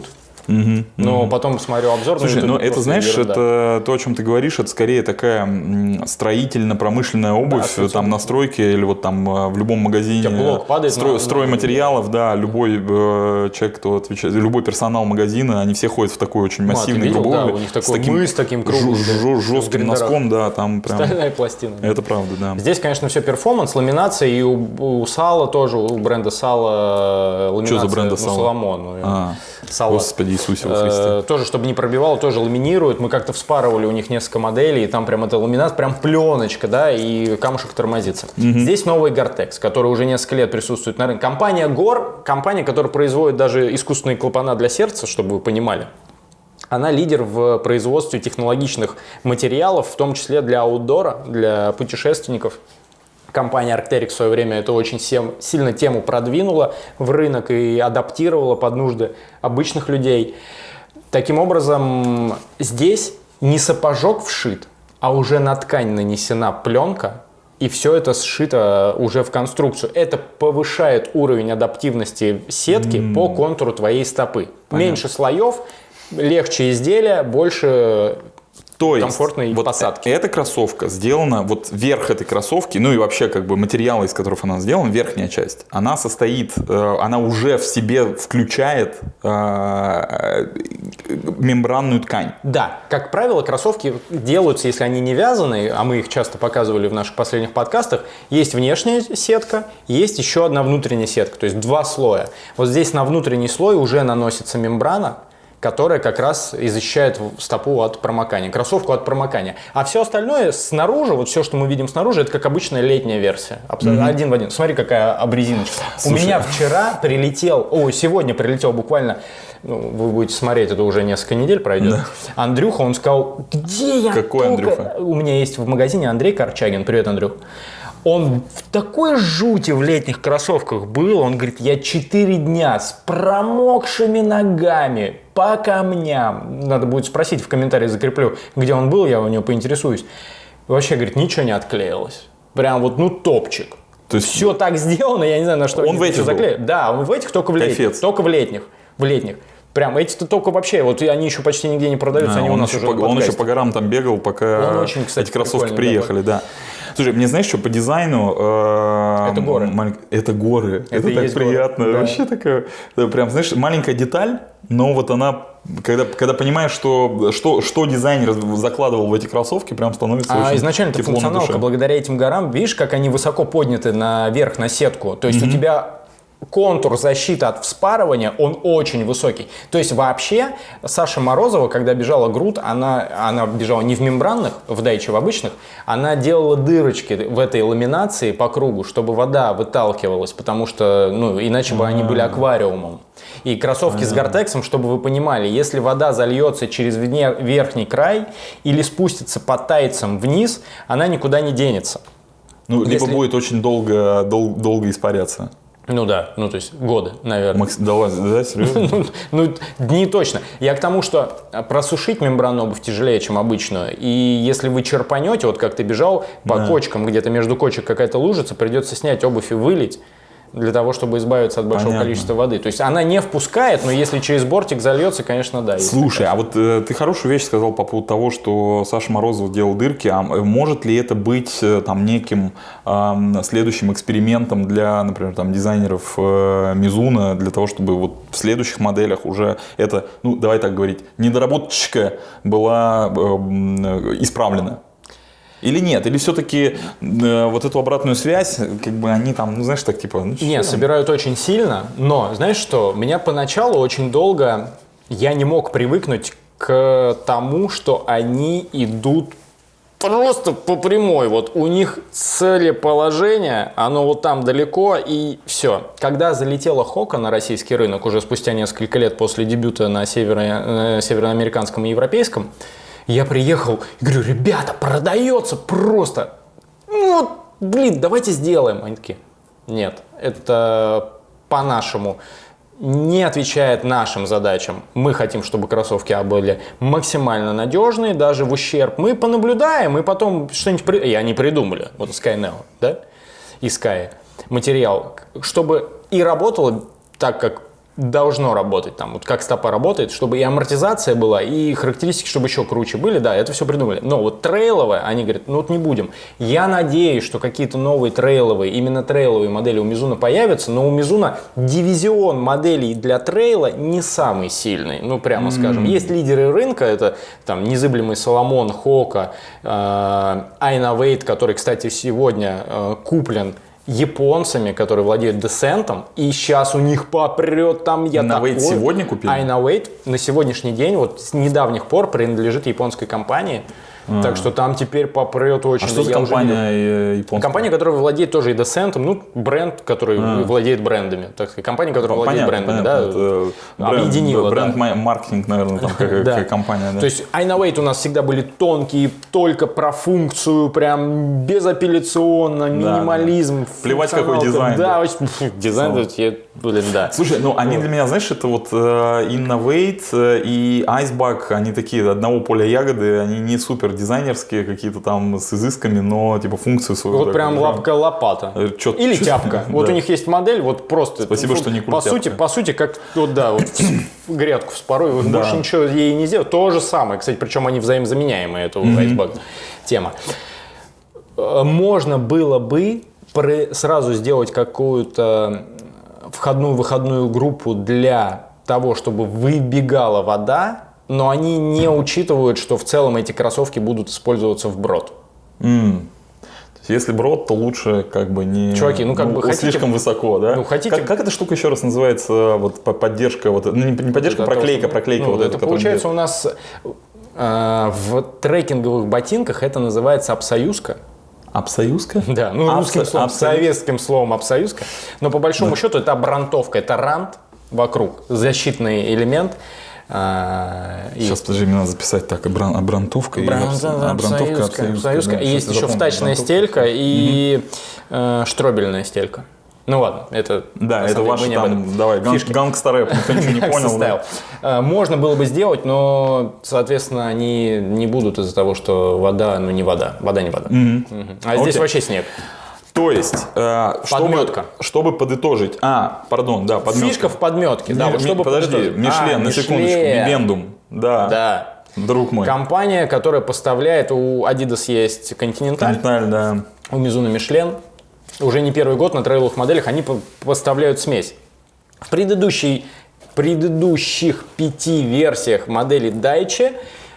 Угу, Но угу. потом смотрю обзор. Слушай, ну это, знаешь, ерунда. это то, о чем ты говоришь, это скорее такая строительно-промышленная обувь, Да, там настройки или вот там в любом магазине блок падает строй, на, стройматериалов, на... да, любой э, человек, кто отвечает, любой персонал магазина, они все ходят в такой очень массивный ну, грубой да, обуви, у них такой с таким мыс таким круглым, ж- ж- жестким носком, да, там прям. Стальная пластина. Это правда, да. Здесь, конечно, все перформанс, ламинация, и у, у Сала тоже, у бренда Сала ламинация. Что за бренда ну, Сала? Соломон. А, Сала. Господи Иисусе во Христе. Э, тоже, чтобы не пробивало, тоже ламинируют. Мы как-то вспарывали у них несколько моделей, и там прям это ламинат, прям пленочка, да, и камушек тормозится. Угу. Здесь новый Gore-Tex, который уже несколько лет присутствует на рынке. Компания Gore, компания, которая производит даже искусственные клапана для сердца, чтобы вы понимали. Она лидер в производстве технологичных материалов, в том числе для аутдора, для путешественников. Компания Arc'teryx в свое время это очень сильно тему продвинула в рынок и адаптировала под нужды обычных людей. Таким образом, здесь не сапожок вшит, а уже на ткань нанесена пленка, и все это сшито уже в конструкцию. Это повышает уровень адаптивности сетки mm. по контуру твоей стопы. Понятно. Меньше слоев, легче изделия, больше... То есть, комфортной вот посадки. Эта кроссовка сделана, вот верх этой кроссовки, ну и вообще как бы материалы, из которых она сделана, верхняя часть, она состоит, э, она уже в себе включает э, мембранную ткань. Да, как правило, кроссовки делаются, если они не вязаные, а мы их часто показывали в наших последних подкастах, есть внешняя сетка, есть еще одна внутренняя сетка, то есть два слоя. Вот здесь на внутренний слой уже наносится мембрана, которая как раз и защищает стопу от промокания, кроссовку от промокания. А все остальное снаружи, вот все, что мы видим снаружи, это как обычная летняя версия. Абсолютно mm-hmm. один в один. Смотри, какая обрезиночка. Слушай. У меня вчера прилетел, о, сегодня прилетел буквально, ну, вы будете смотреть, это уже несколько недель пройдет. Да. Андрюха, он сказал, где я Какой только... Андрюха? У меня есть в магазине Андрей Корчагин. Привет, Андрюх. Он в такой жути в летних кроссовках был, он говорит, я четыре дня с промокшими ногами по камням. Надо будет спросить, в комментарии закреплю, где он был, я у него поинтересуюсь. Вообще, говорит, ничего не отклеилось. Прям вот, ну, топчик. То есть все так сделано, я не знаю, на что он в этих заклеили. Да, он в этих, только в летних. Кайфец. Только в летних. В летних. Прям эти-то только вообще, вот они еще почти нигде не продаются, а, они он у нас еще уже по, Он еще по горам там бегал, пока он очень, кстати, эти кроссовки приехали, да. да. Слушай, мне знаешь, что по дизайну... Э, это горы. Маль... Это горы. Это, это так приятно. Горы. Вообще да. такая... Прям, знаешь, маленькая деталь, но вот она... Когда, когда понимаешь, что, что, что дизайнер закладывал в эти кроссовки, прям становится а очень изначально тепло на душе. Функционалка благодаря этим горам, видишь, как они высоко подняты наверх, на сетку. То есть mm-hmm. у тебя... контур защиты от вспарывания, он очень высокий. То есть вообще Саша Морозова, когда бежала груд, она, она бежала не в мембранных, в дайче, в обычных, она делала дырочки в этой ламинации по кругу, чтобы вода выталкивалась, потому что, ну, иначе бы они были аквариумом. И кроссовки с Gore-Tex, чтобы вы понимали, если вода зальется через верхний край или спустится по тайцам вниз, она никуда не денется. Ну, если... либо будет очень долго, дол- долго испаряться. Ну да, ну то есть годы, наверное. Макс, да, да, серьезно? ну, ну, дни точно. Я к тому, что просушить мембранную обувь тяжелее, чем обычную. И если вы черпанете, вот как ты бежал по да. кочкам, где-то между кочек какая-то лужица, придется снять обувь и вылить для того, чтобы избавиться от большого Понятно. количества воды. То есть она не впускает, но если через бортик зальется, конечно, да. Слушай, а вот э, ты хорошую вещь сказал по поводу того, что Саша Морозов делал дырки. А может ли это быть э, там неким э, следующим экспериментом для, например, там дизайнеров э, Мизуна, для того, чтобы вот в следующих моделях уже это, ну давай так говорить, недоработочка была э, исправлена? Или нет? Или все-таки э, вот эту обратную связь, как бы они там, ну знаешь, так типа... Ну, нет, собирают очень сильно, но знаешь что, меня поначалу очень долго, я не мог привыкнуть к тому, что они идут просто по прямой. Вот у них целеположение, оно вот там далеко и все. Когда залетела Хока на российский рынок, уже спустя несколько лет после дебюта на северо- североамериканском и европейском, я приехал и говорю, ребята, продается просто. Ну, вот, блин, давайте сделаем. Они такие, нет, это по-нашему не отвечает нашим задачам. Мы хотим, чтобы кроссовки были максимально надежные, даже в ущерб. Мы понаблюдаем и потом что-нибудь... При... И они придумали, вот Skyneo, да, и Sky, материал, чтобы и работало так, как должно работать там, вот как стопа работает, чтобы и амортизация была, и характеристики, чтобы еще круче были, да, это все придумали. Но вот трейловые, они говорят, ну вот не будем. Я надеюсь, что какие-то новые трейловые, именно трейловые модели у Mizuno появятся, но у Mizuno дивизион моделей для трейла не самый сильный, ну прямо mm-hmm. скажем. Есть лидеры рынка, это там незыблемый Соломон, Хока, э, Айновейт, который, кстати, сегодня э, куплен японцами, которые владеют Descent, и сейчас у них попрет там я Айновейт сегодня купили? Айновейт на сегодняшний день, вот с недавних пор принадлежит японской компании. А. Так что там теперь попрет очень. А что за компания японская? Компания, которая владеет тоже и Descent, ну, бренд, который а. владеет брендами. Так сказать, компания, которая владеет брендами, понятно, да, объединила. Бренд-маркетинг, да. наверное, там как, да. как компания. Да. То есть Айновейт у нас всегда были тонкие, только про функцию, прям безапелляционно, минимализм. Да. Плевать, какой дизайн. Да, очень, дизайн, я, блин, да. Слушай, ну они для меня, знаешь, это вот Innovate и Icebug, они такие одного поля ягоды, они не супер дизайнерские какие-то там с изысками, но типа функцию свою. Вот прям лапка-лопата. Чет, Или чет, тяпка. Да. Вот у них есть модель, вот просто. Спасибо, ну, что не по сути, по сути, как вот да, вот грядку вспорой, да. больше ничего ей не сделать. То же самое. Кстати, причем они взаимозаменяемые, это у Icebug тема. Можно было бы сразу сделать какую-то входную-выходную группу для того, чтобы выбегала вода, но они не учитывают, что в целом эти кроссовки будут использоваться вброд. Mm. То есть, если брод, то лучше как бы не... Чуваки, ну как ну, бы хотите... слишком высоко, да? Ну, хотите... как, как эта штука еще раз называется? Вот поддержка, вот, ну, не поддержка, это проклейка, проклейка. Ну, вот это это, получается у нас э, в трекинговых ботинках это называется обсоюзка. Обсоюзка? Да, ну Абсо... русским словом, Абсо... советским словом обсоюзка. Но по большому да. счету это обрантовка, это рант вокруг, защитный элемент. А, Сейчас, и... подожди, мне надо записать так, обран, обрантовка Бран... и обсоюзка. Обсоюзка, обсоюзка. Да, есть еще втачная стелька и mm-hmm. э, штробельная стелька. Ну ладно, это... Да, это ваши там, давай, гангстер-рэп, никто ничего не понял. Да. Можно было бы сделать, но, соответственно, они не будут из-за того, что вода, ну не вода, вода не вода. Mm-hmm. А здесь okay. вообще снег. То есть, э, чтобы, чтобы подытожить, а, пардон, да, подметка. Фишка в подметке, да, ми, вот чтобы подожди, подытожить. Мишлен, а, на Мишлен. секундочку, Бибендум, да, да, друг мой. Компания, которая поставляет, у Adidas есть Continental, Continental, да. У Mizuno Мишлен, уже не первый год на трейловых моделях они поставляют смесь. В предыдущей, предыдущих пяти версиях модели Daichi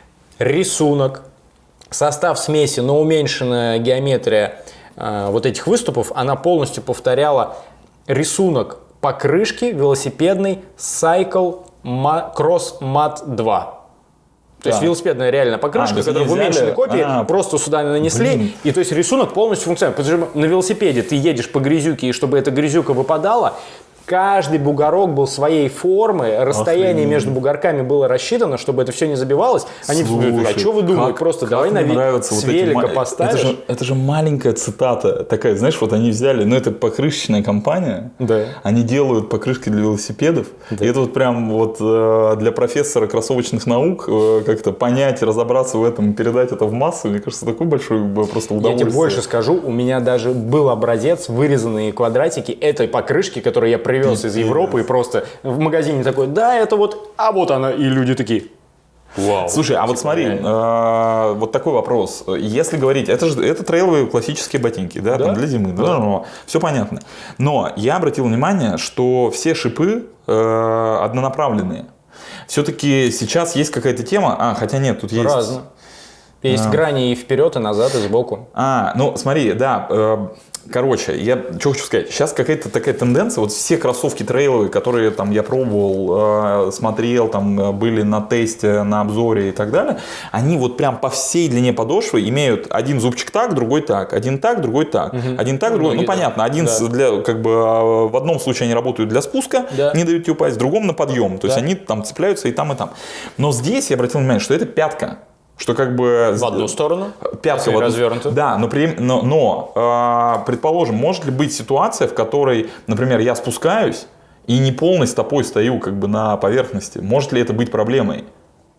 рисунок, состав смеси, но уменьшенная геометрия вот этих выступов, она полностью повторяла рисунок покрышки велосипедной Cycle Cross Mat два. То да. есть велосипедная реально покрышка, а, которую в уменьшенной копии а, просто сюда нанесли. Блин. И то есть рисунок полностью функциональный. Потому что на велосипеде ты едешь по грязюке, и чтобы эта грязюка выпадала, каждый бугорок был своей формы, расстояние Охренеть. между бугорками было рассчитано, чтобы это все не забивалось. Они говорят, а что вы думаете, как, просто как давай на ви... с велика вот поставишь. Это же, это же маленькая цитата такая, знаешь, вот они взяли, ну это покрышечная компания, да. они делают покрышки для велосипедов, да. и это вот прям вот э, для профессора кроссовочных наук э, как-то понять, разобраться в этом, передать это в массу, мне кажется, такое большое просто удовольствие. Я тебе больше скажу, у меня даже был образец, вырезанные квадратики этой покрышки, которую я привез Привез из Европы и просто в магазине такой, да, это вот, а вот она, и люди такие, вау. Слушай, а вот смотри, э, вот такой вопрос. Если говорить, это же это трейловые классические ботинки, да, да? Там для зимы, да, да. Но, все понятно. Но я обратил внимание, что все шипы э, однонаправленные. Все-таки сейчас есть какая-то тема, а, хотя нет, тут есть... Разно. Есть а. грани и вперед, и назад, и сбоку. А, ну смотри, да, э, короче, я что хочу сказать. Сейчас какая-то такая тенденция, вот все кроссовки трейловые, которые там я пробовал, э, смотрел, там были на тесте, на обзоре и так далее, они вот прям по всей длине подошвы имеют один зубчик так, другой так, один так, другой так, угу. один так, другой, ну, ну понятно, один да. для, как бы в одном случае они работают для спуска, да. не дают тебе упасть, в другом на подъем, то да. есть они там цепляются и там, и там. Но здесь я обратил внимание, что это пятка. Что как бы... В одну сторону? Пятка вот, развернута. Да, но, при, но, но э, предположим, может ли быть ситуация, в которой, например, я спускаюсь и не полной стопой стою как бы на поверхности? Может ли это быть проблемой?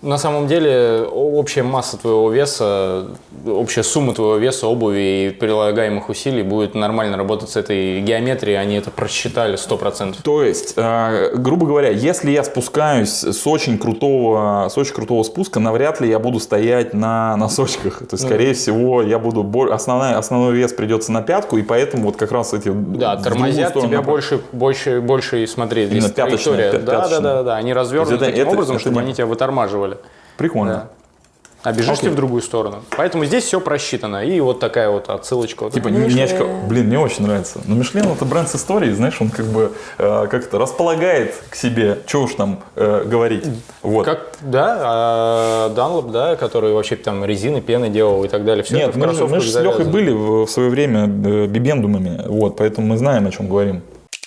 На самом деле общая масса твоего веса, общая сумма твоего веса, обуви и прилагаемых усилий будет нормально работать с этой геометрией, они это просчитали сто процентов. То есть, э, грубо говоря, если я спускаюсь с очень крутого, с очень крутого спуска, навряд ли я буду стоять на носочках. То есть, скорее mm. всего, я буду основной, основной вес придется на пятку, и поэтому вот как раз эти... Да, тормозят тебя больше, больше, больше, смотри, здесь траектория. Да, да, да, да, да, они развернуты таким это, образом, это, чтобы это... они тебя вытормаживали. Прикольно. Да. А бежишь Окей. ты в другую сторону. Поэтому здесь все просчитано. И вот такая вот отсылочка. Типа немножечко, блин, мне очень нравится. Но Мишлен это бренд с историей, знаешь, он как бы э, как-то располагает к себе, что уж там э, говорить. Вот. Как, да, а Dunlop, да, который вообще там резины, пены делал и так далее. Все Нет, это в мы, же, мы же с Лехой были в, в свое время э, бибендумами, вот, поэтому мы знаем, о чем говорим.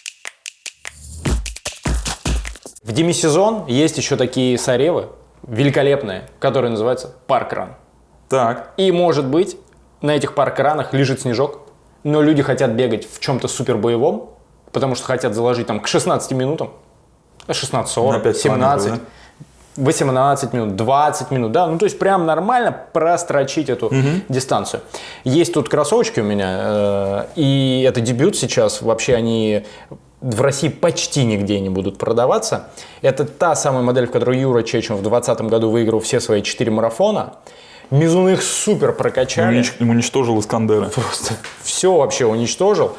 В демисезон есть еще такие соревы, великолепные, которые называются паркран. Так. И, может быть, на этих паркранах лежит снежок, но люди хотят бегать в чем-то супер боевом, потому что хотят заложить там к шестнадцати минутам, шестнадцать сорок, семнадцать, да? восемнадцать минут, двадцать минут, да, ну то есть прям нормально прострочить эту угу. дистанцию. Есть тут кроссовочки у меня, э, и это дебют сейчас, вообще они... в России почти нигде не будут продаваться. Это та самая модель, в которой Юра Чечен в двадцатом году выиграл все свои четыре марафона. Мизуны их супер прокачали. Унич- уничтожил Искандера. Просто все вообще уничтожил.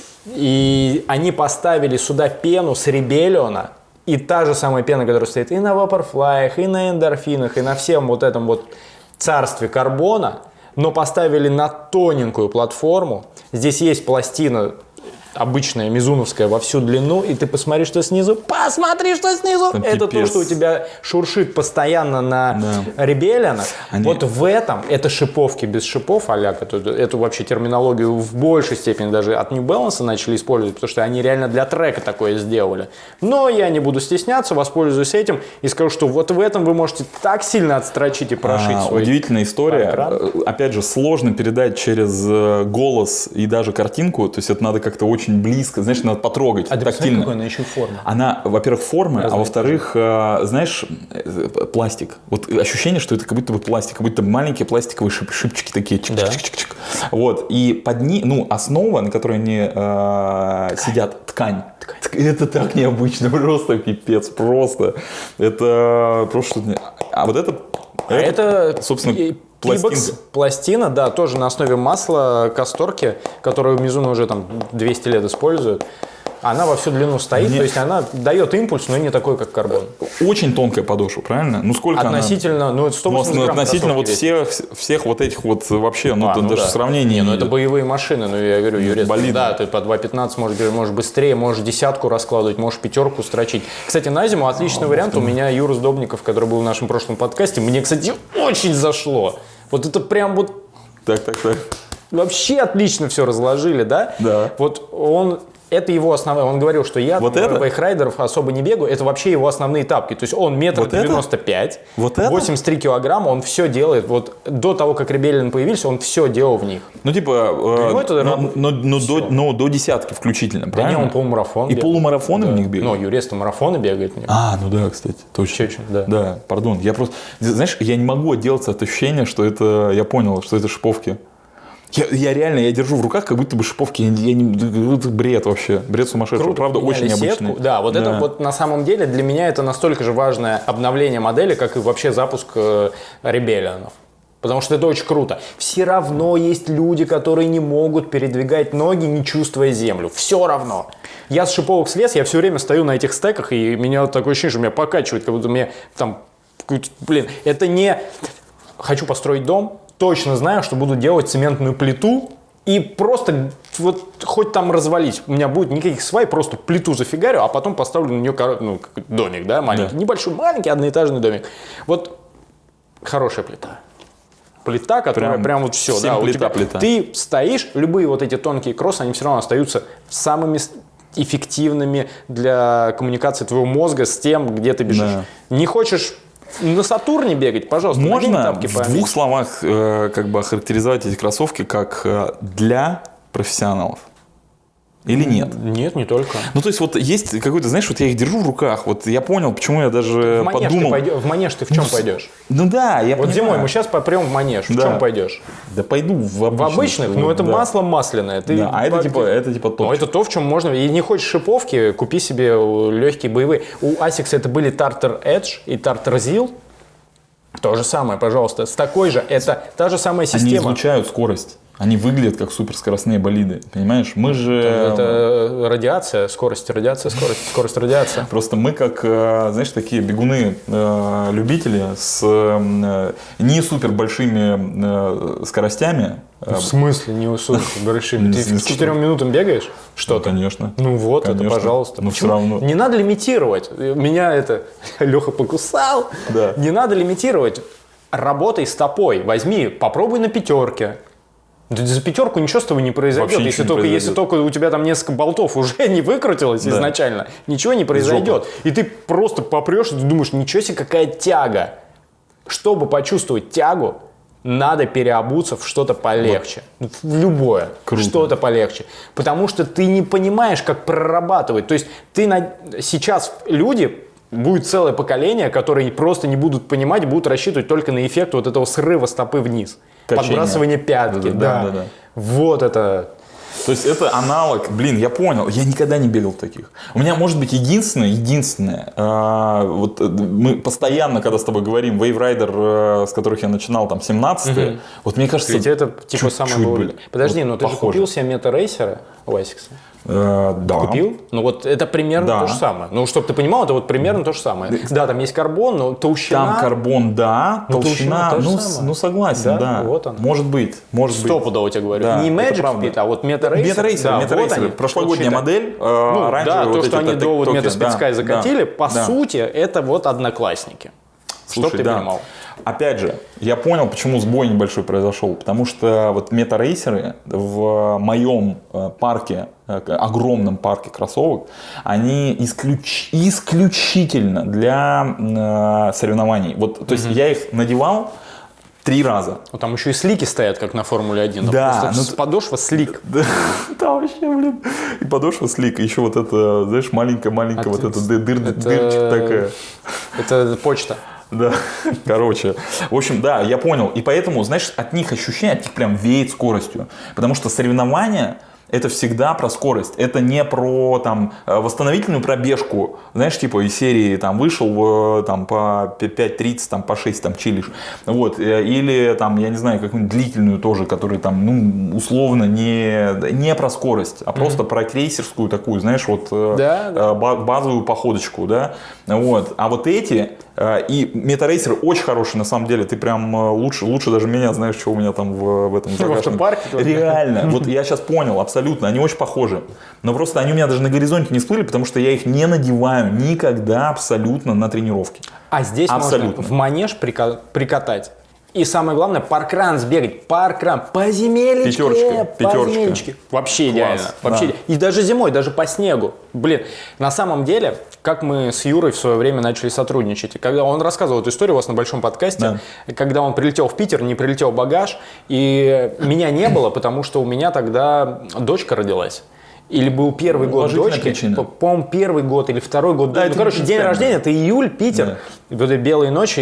И они поставили сюда пену с Ребелиона. И та же самая пена, которая стоит и на Vaporfly, и на эндорфинах, и на всем вот этом вот царстве карбона. Но поставили на тоненькую платформу. Здесь есть пластина обычная мизуновская во всю длину, и ты посмотри, что снизу. Посмотри, что снизу! Там это пипец. То, что у тебя шуршит постоянно на да. Ребелианах. Они... Вот в этом, это шиповки без шипов, аляк, эту, эту вообще терминологию в большей степени даже от New Balance начали использовать, потому что они реально для трека такое сделали. Но я не буду стесняться, воспользуюсь этим и скажу, что вот в этом вы можете так сильно отстрочить и прошить а, свой удивительная история. экран. Опять же, сложно передать через голос и даже картинку, то есть это надо как-то очень близко, знаешь, надо потрогать. А ты посмотри, какой она еще форма. Она, во-первых, форма, Разные а во-вторых, э, знаешь, пластик. Вот ощущение, что это как будто бы пластик, как будто маленькие пластиковые шип- шипчики такие. Чик- да. чик-чик-чик. Вот. И под ней, ну, основа, на которой они э, ткань. сидят, ткань. ткань. Это так необычно, просто пипец, просто. Это просто что-то... А вот это, а это, это собственно... Пластинка. Пластина, да, тоже на основе масла касторки, которую Мизуно уже там двести лет используют. Она во всю длину стоит, Нет. то есть она дает импульс, но не такой, как карбон. Очень тонкая подошва, правильно? Ну сколько относительно, она? ну это сто восемьдесят ну, грамм относительно вот всех, всех вот этих вот вообще, ну, а, ну даже да. сравнение. Не, ну это боевые машины, ну я говорю, Юрец, да, ты по два пятнадцать можешь, можешь быстрее, можешь десятку раскладывать, можешь пятерку строчить. Кстати, на зиму отличный а, вариант. У меня Юра Сдобников, который был в нашем прошлом подкасте, мне, кстати, очень зашло. Вот это прям вот... Так, так, так. Вообще отлично все разложили, да? Да. Вот он... Это его основное. Он говорил, что я вот в байкрайдеров особо не бегаю. Это вообще его основные тапки. То есть он метр вот девяносто пять, вот восемьдесят три килограмма, он все делает. Вот до того, как Ребелиан появился, он все делал в них. Ну, типа, э, это но, но, но, до, но до десятки включительно, правильно? Да не, он полумарафон И полумарафоны да. в них бегает? Ну, Юрец-то марафоны бегает. А, ну да, кстати, точно. Чуть-чуть, да. Да, пардон. Я просто, знаешь, я не могу отделаться от ощущения, что это, я понял, что это шиповки. Я, я реально, я держу в руках, как будто бы шиповки, я, я не, это бред вообще, бред сумасшедший, Круто, правда, очень необычный. Сетку. Да, вот да. это вот на самом деле для меня это настолько же важное обновление модели, как и вообще запуск э, Ребелианов. Потому что это очень круто. Все равно есть люди, которые не могут передвигать ноги, не чувствуя землю. Все равно. Я с шиповок слез, я все время стою на этих стеках, и меня вот такое ощущение, что меня покачивает, как будто мне там, блин, это не хочу построить дом, точно знаю, что буду делать цементную плиту и просто вот хоть там развалить. У меня будет никаких свай, просто плиту зафигарю, а потом поставлю на нее ну, домик, да, маленький. Да. Небольшой, маленький одноэтажный домик. Вот хорошая плита. Плита, которая прям, прям вот все. Да, плита, у тебя, плита. Ты стоишь, любые вот эти тонкие кроссы, они все равно остаются самыми эффективными для коммуникации твоего мозга с тем, где ты бежишь. Да. Не хочешь... На Сатурне бегать, пожалуйста. Можно в двух словах э, как бы охарактеризовать эти кроссовки как э, для профессионалов? Или нет? Нет, не только. Ну, то есть, вот есть какой-то, знаешь, вот я их держу в руках, вот я понял, почему я даже В манеж, подумал. ты пойдешь, в манеж ты в чем Ну, пойдешь? Ну да, я Вот понимаю. зимой мы сейчас попрем в манеж. В Да. чем пойдешь? Да пойду в обычных. В обычных? Ну, это да. масло масляное. Ты Да, а это по- типа, это типа Ну, топчик. это то, в чем можно. И не хочешь шиповки, купи себе легкие боевые. У Asics это были Tartar Edge и Tartar Zeal. То же самое, пожалуйста. С такой же. Это та же самая Они система. излучают скорость. Они выглядят как суперскоростные болиды. Понимаешь? Мы же... Это радиация, скорость, радиация, скорость, скорость, радиация. Просто мы как, э, знаешь, такие бегуны-любители с э, не супер большими э, скоростями. В смысле не супер большими? Ты Не к четырем минутам бегаешь? Что-то? Конечно. Ну вот, Конечно. это пожалуйста. Но Почему? все равно. Не надо лимитировать. Меня это Леха покусал. Да. Не надо лимитировать. Работай стопой. Возьми, попробуй на пятерке. Да за пятерку ничего с тобой не произойдет, Вообще если ничего не только, произойдет. если только у тебя там несколько болтов уже не выкрутилось Да. изначально, ничего не произойдет. И ты просто попрешь, и ты думаешь, ничего себе, какая тяга. Чтобы почувствовать тягу, надо переобуться в что-то полегче. В любое. Круто. Что-то полегче. Потому что ты не понимаешь, как прорабатывать. То есть ты на... сейчас люди... Будет целое поколение, которые просто не будут понимать, будут рассчитывать только на эффект вот этого срыва стопы вниз. Качение. Подбрасывание пятки. Да, Да, да, да, да. Вот это. То есть это аналог, блин, я понял, я никогда не бегал таких. У меня может быть единственное, единственное, э, вот э, мы постоянно, когда с тобой говорим, Wave Rider, э, с которых я начинал, там, семнадцатый, Мгм. вот мне кажется, Ведь это типа самое чуть-чуть было. были. Подожди, Вот но ты же похоже. купил себе мета-рейсера у Asics? Э, да. Купил? Ну вот это примерно Да. то же самое. Ну, чтобы ты понимал, это вот примерно то же самое. Да, там есть карбон, но толщина... Там карбон, да, Ну, толщина, толщина то же ну, самое. с- ну согласен, Да, да. вот она. Может быть, может быть. Стопудово тебе говорю. Да, Не это Magic правда. Speed, а вот мета-рейсер. Мета-рейсеры, Да, мета-рейсеры, вот они. прошлогодняя Вот считай. модель, э, Ну, оранжевые да, вот то, эти что они ток- до вот токены, Meta Speed да, Sky закатили, да, по да. сути, это вот одноклассники. Чтоб Слушай, ты да. понимал. Опять же, я понял, почему сбой небольшой произошел. Потому что вот мета-рейсеры в моем э, парке, э, огромном парке кроссовок, они исключ- исключительно для э, соревнований. Вот, то есть я их надевал три раза. Ну, там еще и слики стоят, как на Формуле один. Там Да, просто ну с т- подошва слик. Да, да, вообще, блин. И подошва слик. Еще вот это, знаешь, маленькая-маленькая, А вот ты- эта дыр, дыр- это- дырочка такая. Это почта. Да, короче. В общем, да, я понял. И поэтому, знаешь, от них ощущение, от них прям веет скоростью. Потому что соревнования это всегда про скорость. Это не про там восстановительную пробежку, знаешь, типа из серии там вышел там по пять тридцать, там по шесть там чилишь. Вот. Или там, я не знаю, какую-нибудь длительную тоже, которая там, ну, условно не, не про скорость, а просто mm-hmm. про крейсерскую такую, знаешь, вот да, да. базовую походочку, да. Вот. А вот эти и мета-рейсеры очень хорошие, на самом деле. Ты прям лучше, лучше даже меня знаешь, что у меня там в, в этом загашнике. В автопарке? Реально. Вот я сейчас понял, абсолютно. Они очень похожи. Но просто они у меня даже на горизонте не всплыли, потому что я их не надеваю никогда абсолютно на тренировке. А здесь абсолютно. можно в манеж прика- прикатать. И самое главное, паркран сбегать, паркран, по земелечке, Пятерочка, по пятерочка. земелечке. Вообще Класс, идеально. Вообще да. иде- И даже зимой, даже по снегу. Блин, на самом деле, как мы с Юрой в свое время начали сотрудничать, и когда он рассказывал эту историю у вас на большом подкасте, да. когда он прилетел в Питер, не прилетел багаж, и меня не было, потому что у меня тогда дочка родилась. Или был первый год дочки, по- по-моему, первый год или второй год. Да, ну, это короче, день рождения, это июль, Питер, Да. вот эти белые ночи,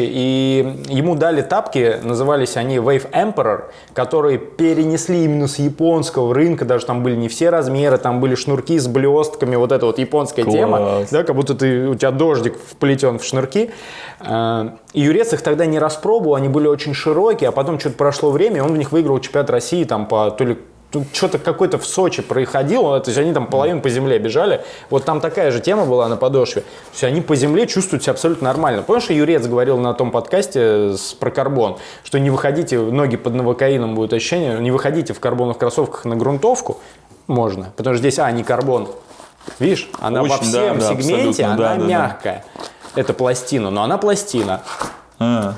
и ему дали тапки, назывались они Wave Emperor, которые перенесли именно с японского рынка, даже там были не все размеры, там были шнурки с блестками, вот эта вот японская Класс. тема, да, как будто ты, у тебя дождик вплетен в шнурки. А, И Юрец их тогда не распробовал, они были очень широкие, а потом что-то прошло время, и он в них выиграл чемпионат России там по то ли Тут что-то какой-то в Сочи происходило, то есть они там половину по земле бежали. Вот там такая же тема была на подошве. То есть они по земле чувствуют себя абсолютно нормально. Помнишь, Юрец говорил на том подкасте с, про карбон, что не выходите, ноги под новокаином будет ощущение, не выходите в карбоновых кроссовках на грунтовку. Можно, потому что здесь, а, не карбон. Видишь, она Очень, во всем да, да, сегменте, она да, да, мягкая. Да. Это пластина, но она пластина. А.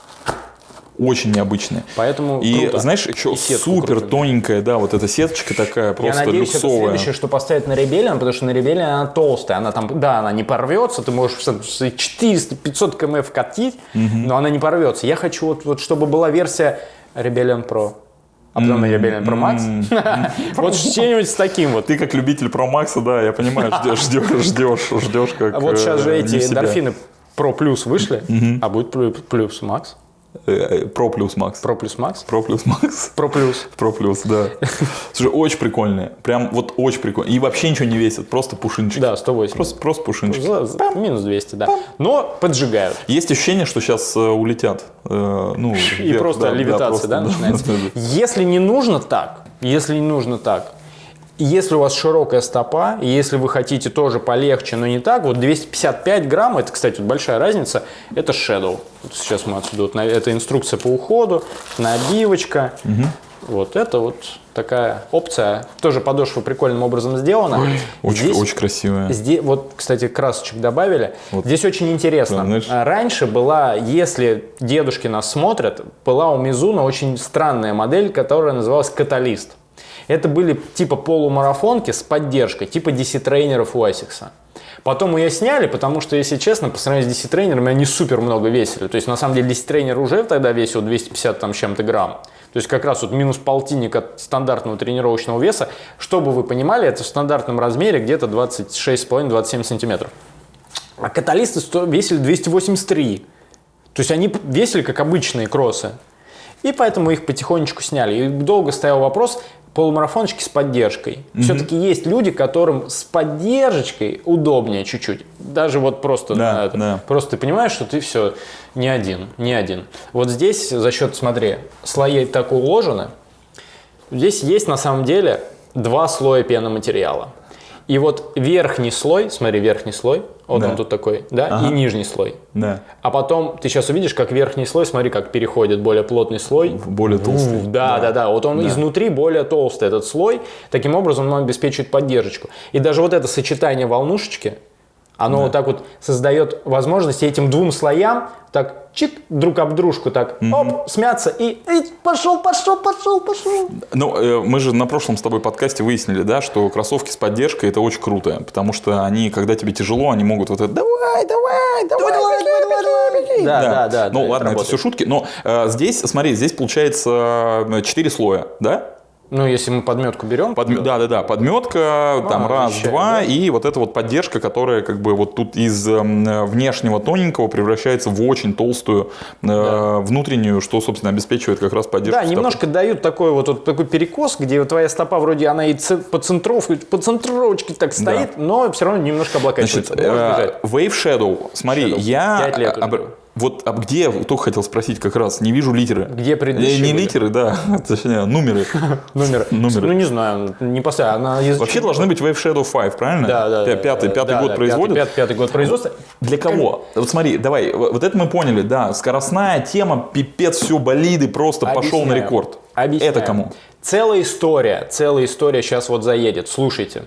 Очень необычные. Поэтому и круто. знаешь, еще И сетку супер крутую. тоненькая, да, вот эта сеточка такая, просто Я надеюсь, это люксовая. следующее, что поставить на Rebellion, потому что на Rebellion она толстая. Она там, да, она не порвется, ты можешь четыреста-пятьсот километров катить, угу. но она не порвется. Я хочу, вот, вот, чтобы была версия Rebellion Pro. а потом на Юбилейный Pro Max. Вот что-нибудь с таким вот. Ты как любитель Pro Max, да, я понимаю, ждешь, ждешь, ждешь, ждешь как. А вот сейчас же эти эндорфины Pro Plus вышли, а будет Plus Max. Pro Plus Max. Pro Plus Max? Pro Plus Max. Pro Plus. Pro Plus, да. Слушай, очень прикольные. Прям вот очень прикольно. И вообще ничего не весит, просто пушинчики. Да, сто восемьдесят. Просто, просто пушинчики. Минус двести, да. Но поджигают. Есть ощущение, что сейчас э, улетят. Э, ну, И вверх, просто да, левитация, да, просто, да, да, начинается. да, да. Если не нужно так, если не нужно так, если у вас широкая стопа, и если вы хотите тоже полегче, но не так, вот двести пятьдесят пять грамм, это, кстати, вот большая разница, это Shadow. Вот сейчас мы отсюда, вот, это инструкция по уходу, набивочка. Угу. Вот это вот такая опция. Тоже подошва прикольным образом сделана. Ой, очень, здесь, очень красивая. Здесь, вот, кстати, красочек добавили. Вот. Здесь очень интересно. Да, знаешь... Раньше была, если дедушки нас смотрят, была у Mizuno очень странная модель, которая называлась Каталист. Это были типа полумарафонки с поддержкой, типа ди си-трейнеров у Asics. Потом ее сняли, потому что, если честно, по сравнению с ди си-трейнерами, они супер много весили. То есть, на самом деле, ди си-трейнер уже тогда весил двести пятьдесят там, с чем-то грамм. То есть, как раз вот минус полтинник от стандартного тренировочного веса. Чтобы вы понимали, это в стандартном размере где-то двадцать шесть и пять - двадцать семь сантиметров. А каталисты весили двести восемьдесят три. То есть, они весили как обычные кроссы. И поэтому их потихонечку сняли. И долго стоял вопрос... Полумарафончики с поддержкой. Mm-hmm. Все-таки есть люди, которым с поддержкой удобнее чуть-чуть. Даже вот просто, да, на это. Да. Просто ты понимаешь, что ты все не один, не один. Вот здесь за счет, смотри, слои так уложены. Здесь есть на самом деле два слоя пеноматериала. И вот верхний слой, смотри, верхний слой, вот да. он тут такой, да, ага. и нижний слой. Да. А потом ты сейчас увидишь, как верхний слой, смотри, как переходит более плотный слой. Более толстый. У, да, да, да, да. Вот он да. изнутри более толстый, этот слой. Таким образом, он обеспечивает поддержку. И даже вот это сочетание волнушечки, оно да. вот так вот создает возможность этим двум слоям так чик, друг об дружку так, mm-hmm. оп, смяться и, и пошел, пошел, пошел, пошел. Ну, э, мы же на прошлом с тобой подкасте выяснили, да, что кроссовки с поддержкой это очень круто, потому что они, когда тебе тяжело, они могут вот это давай, давай, давай, давай, давай, давай, давай. Да, да, да. да ну да, ладно, это, это все шутки, но э, здесь, смотри, здесь получается четыре слоя, да? Ну, если мы подметку берем. Подм... Да, да, да, подметка, а, там раз, вещай, два, да? И вот эта вот поддержка, которая как бы вот тут из э, внешнего тоненького превращается в очень толстую э, да. внутреннюю, что, собственно, обеспечивает как раз поддержку. Да, немножко дают такой вот, вот такой перекос, где вот твоя стопа вроде она и ц... по центровке, по центровочке так стоит, да. но все равно немножко облокачивается. Значит, э, Wave Shadow, смотри, Shadow. я... пять лет об... Вот а где, я только хотел спросить как раз, не вижу литеры. Где предыдущие Не были? литеры, да, точнее, номеры. Номеры. Ну, не знаю, не постоянно. Вообще должны быть Wave Shadow пять, правильно? Да, да. Пятый, пятый год производят. Пятый год производства. Для кого? Вот смотри, давай, вот это мы поняли, да, скоростная тема, пипец, все, болиды, просто пошел на рекорд. Объясняю. Это кому? Целая история, целая история сейчас вот заедет, слушайте.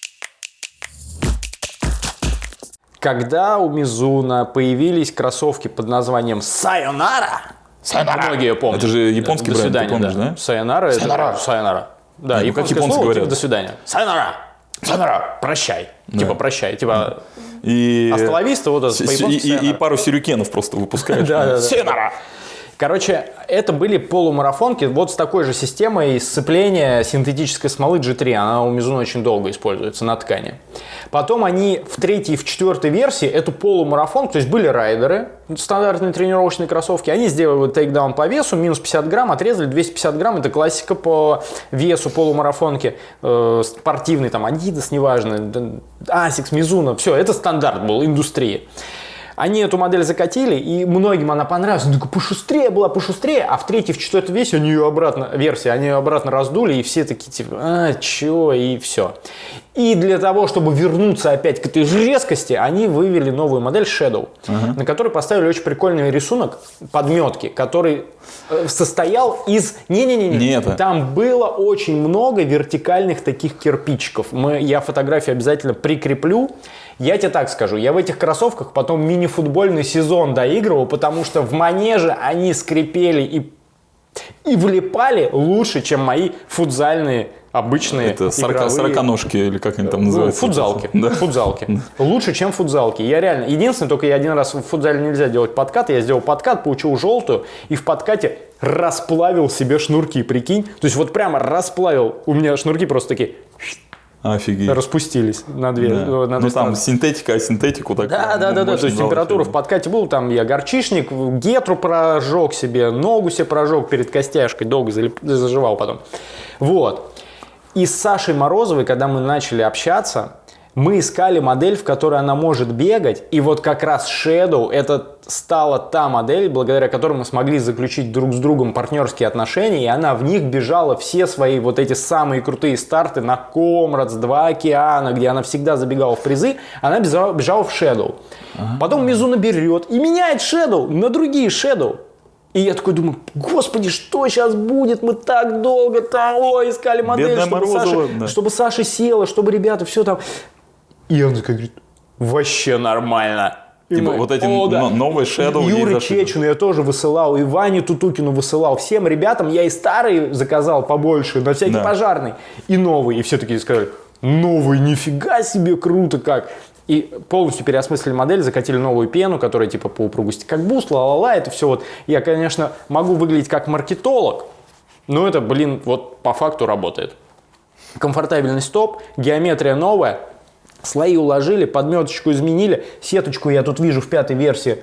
Когда у Mizuno появились кроссовки под названием Sayonara, Sayonara. Многие ее помнят. Это же японский до бренд, свидания, ты помнишь, да? да? Sayonara, Sayonara. это Sayonara. Да, ну, японское как японцы слово, говорят. Типа, до свидания. Sayonara. Sayonara. Прощай. Да. Типа прощай. Типа и... Астоловиста, вот это по-японски и, и пару сюрикенов просто выпускают. Да, да, да. Короче, это были полумарафонки вот с такой же системой сцепления синтетической смолы джи три. Она у Mizuno очень долго используется на ткани. Потом они в третьей и в четвертой версии эту полумарафонку, то есть были райдеры, стандартные тренировочные кроссовки, они сделали тейкдаун по весу, минус пятьдесят грамм, отрезали двести пятьдесят грамм, это классика по весу полумарафонки, э, спортивный, там, Adidas, неважно, Asics, Mizuno, все, это стандарт был индустрии. Они эту модель закатили, и многим она понравилась. Она такая, пошустрее была, пошустрее. А в третьей, в четвертой версии они ее обратно, версии, они ее обратно раздули, и все такие, типа, а, чё, и все. И для того, чтобы вернуться опять к этой резкости, они вывели новую модель Shadow, uh-huh. на которой поставили очень прикольный рисунок подметки, который состоял из... Не-не-не, не это. Там было очень много вертикальных таких кирпичиков. Мы, я фотографию обязательно прикреплю. Я тебе так скажу, я в этих кроссовках потом мини-футбольный сезон доигрывал, потому что в манеже они скрипели и, и влипали лучше, чем мои футзальные обычные Это игровые... сороконожки или как они там называются? Ну, футзалки. Да. Футзалки. Лучше, чем футзалки. Я реально... Единственное, только я один раз в футзале нельзя делать подкат. Я сделал подкат, получил желтую, и в подкате расплавил себе шнурки, прикинь. То есть вот прямо расплавил. У меня шнурки просто такие... Офигеть. Распустились на две, Да. на две Ну стороны. там синтетика, а синтетику так. Да, да, да, да. То есть температура в подкате была, там я горчишник, гетру прожег себе, ногу себе прожег перед костяшкой, долго залип- заживал потом. Вот. И с Сашей Морозовой, когда мы начали общаться, мы искали модель, в которой она может бегать, и вот как раз Shadow это стала та модель, благодаря которой мы смогли заключить друг с другом партнерские отношения, и она в них бежала все свои вот эти самые крутые старты на Комрадс, Два океана, где она всегда забегала в призы, она бежала, бежала в Shadow. Ага. Потом Мизуна берет и меняет Shadow на другие Shadow. И я такой думаю, господи, что сейчас будет? Мы так долго там ой, искали модель, чтобы Саша, да. чтобы Саша села, чтобы ребята все там... И она такая говорит, вообще нормально. И типа мы, вот эти О, да. новые Shadow. Юры Чечину я тоже высылал, и Ване Тутукину высылал. Всем ребятам я и старый заказал побольше, на всякий да. пожарный, и новый. И все такие сказали, новый, нифига себе, круто как. И полностью переосмыслили модель, закатили новую пену, которая типа по упругости как буст, ла-ла-ла, это все вот. Я, конечно, могу выглядеть как маркетолог, но это, блин, вот по факту работает. Комфортабельный стоп, геометрия новая. Слои уложили, подметочку изменили. Сеточку я тут вижу в пятой версии.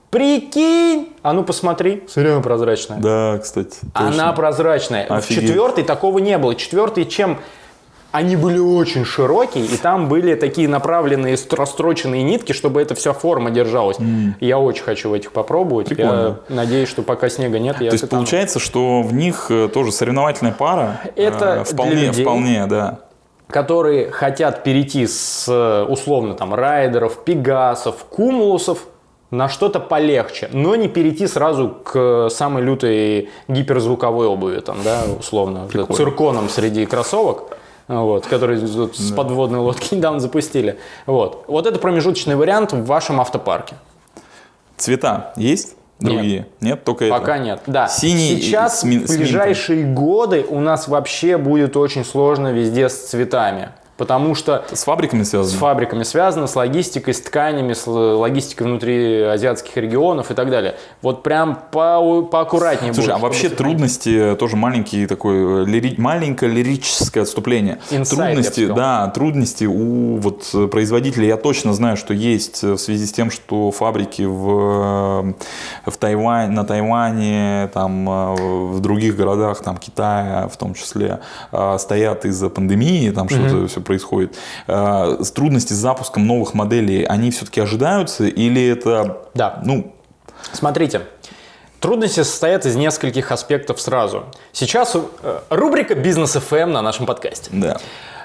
Прикинь! А ну посмотри. Смотри, прозрачная. Да, кстати. Она точно. Прозрачная. Офигеть. В четвертой такого не было. Четвертый, чем... Они были очень широкие, и там были такие направленные, растроченные нитки, чтобы эта вся форма держалась. Mm. Я очень хочу этих попробовать. Прикольно. Я надеюсь, что пока снега нет, я То есть получается, что в них тоже соревновательная пара? Это вполне, для людей, вполне, да. которые хотят перейти с, условно, там, райдеров, пегасов, кумулусов на что-то полегче, но не перейти сразу к самой лютой гиперзвуковой обуви, там, да, условно, цирконом среди кроссовок. Вот, которые да. с подводной лодки недавно запустили. Вот. вот это промежуточный вариант в вашем автопарке. Цвета есть? Другие? Нет, нет только пока это? нет. Да. Синий Сейчас, с, в ближайшие годы у нас вообще будет очень сложно везде с цветами. Потому что... С фабриками связано? С фабриками связано, с логистикой, с тканями, с логистикой внутри азиатских регионов и так далее. Вот прям по, поаккуратнее будет. Слушай, а вообще трудности, тоже маленький такой, лири, маленькое лирическое отступление. Инсайд, трудности, да, трудности у вот производителей, я точно знаю, что есть в связи с тем, что фабрики в, в Тайвань, на Тайване, там, в других городах, там, Китая в том числе, стоят из-за пандемии, там что-то mm-hmm. все происходит. Э, трудности с запуском новых моделей, они все-таки ожидаются или это... Да. Ну... Смотрите, трудности состоят из нескольких аспектов сразу. Сейчас э, рубрика «Бизнес эф эм» на нашем подкасте. Да.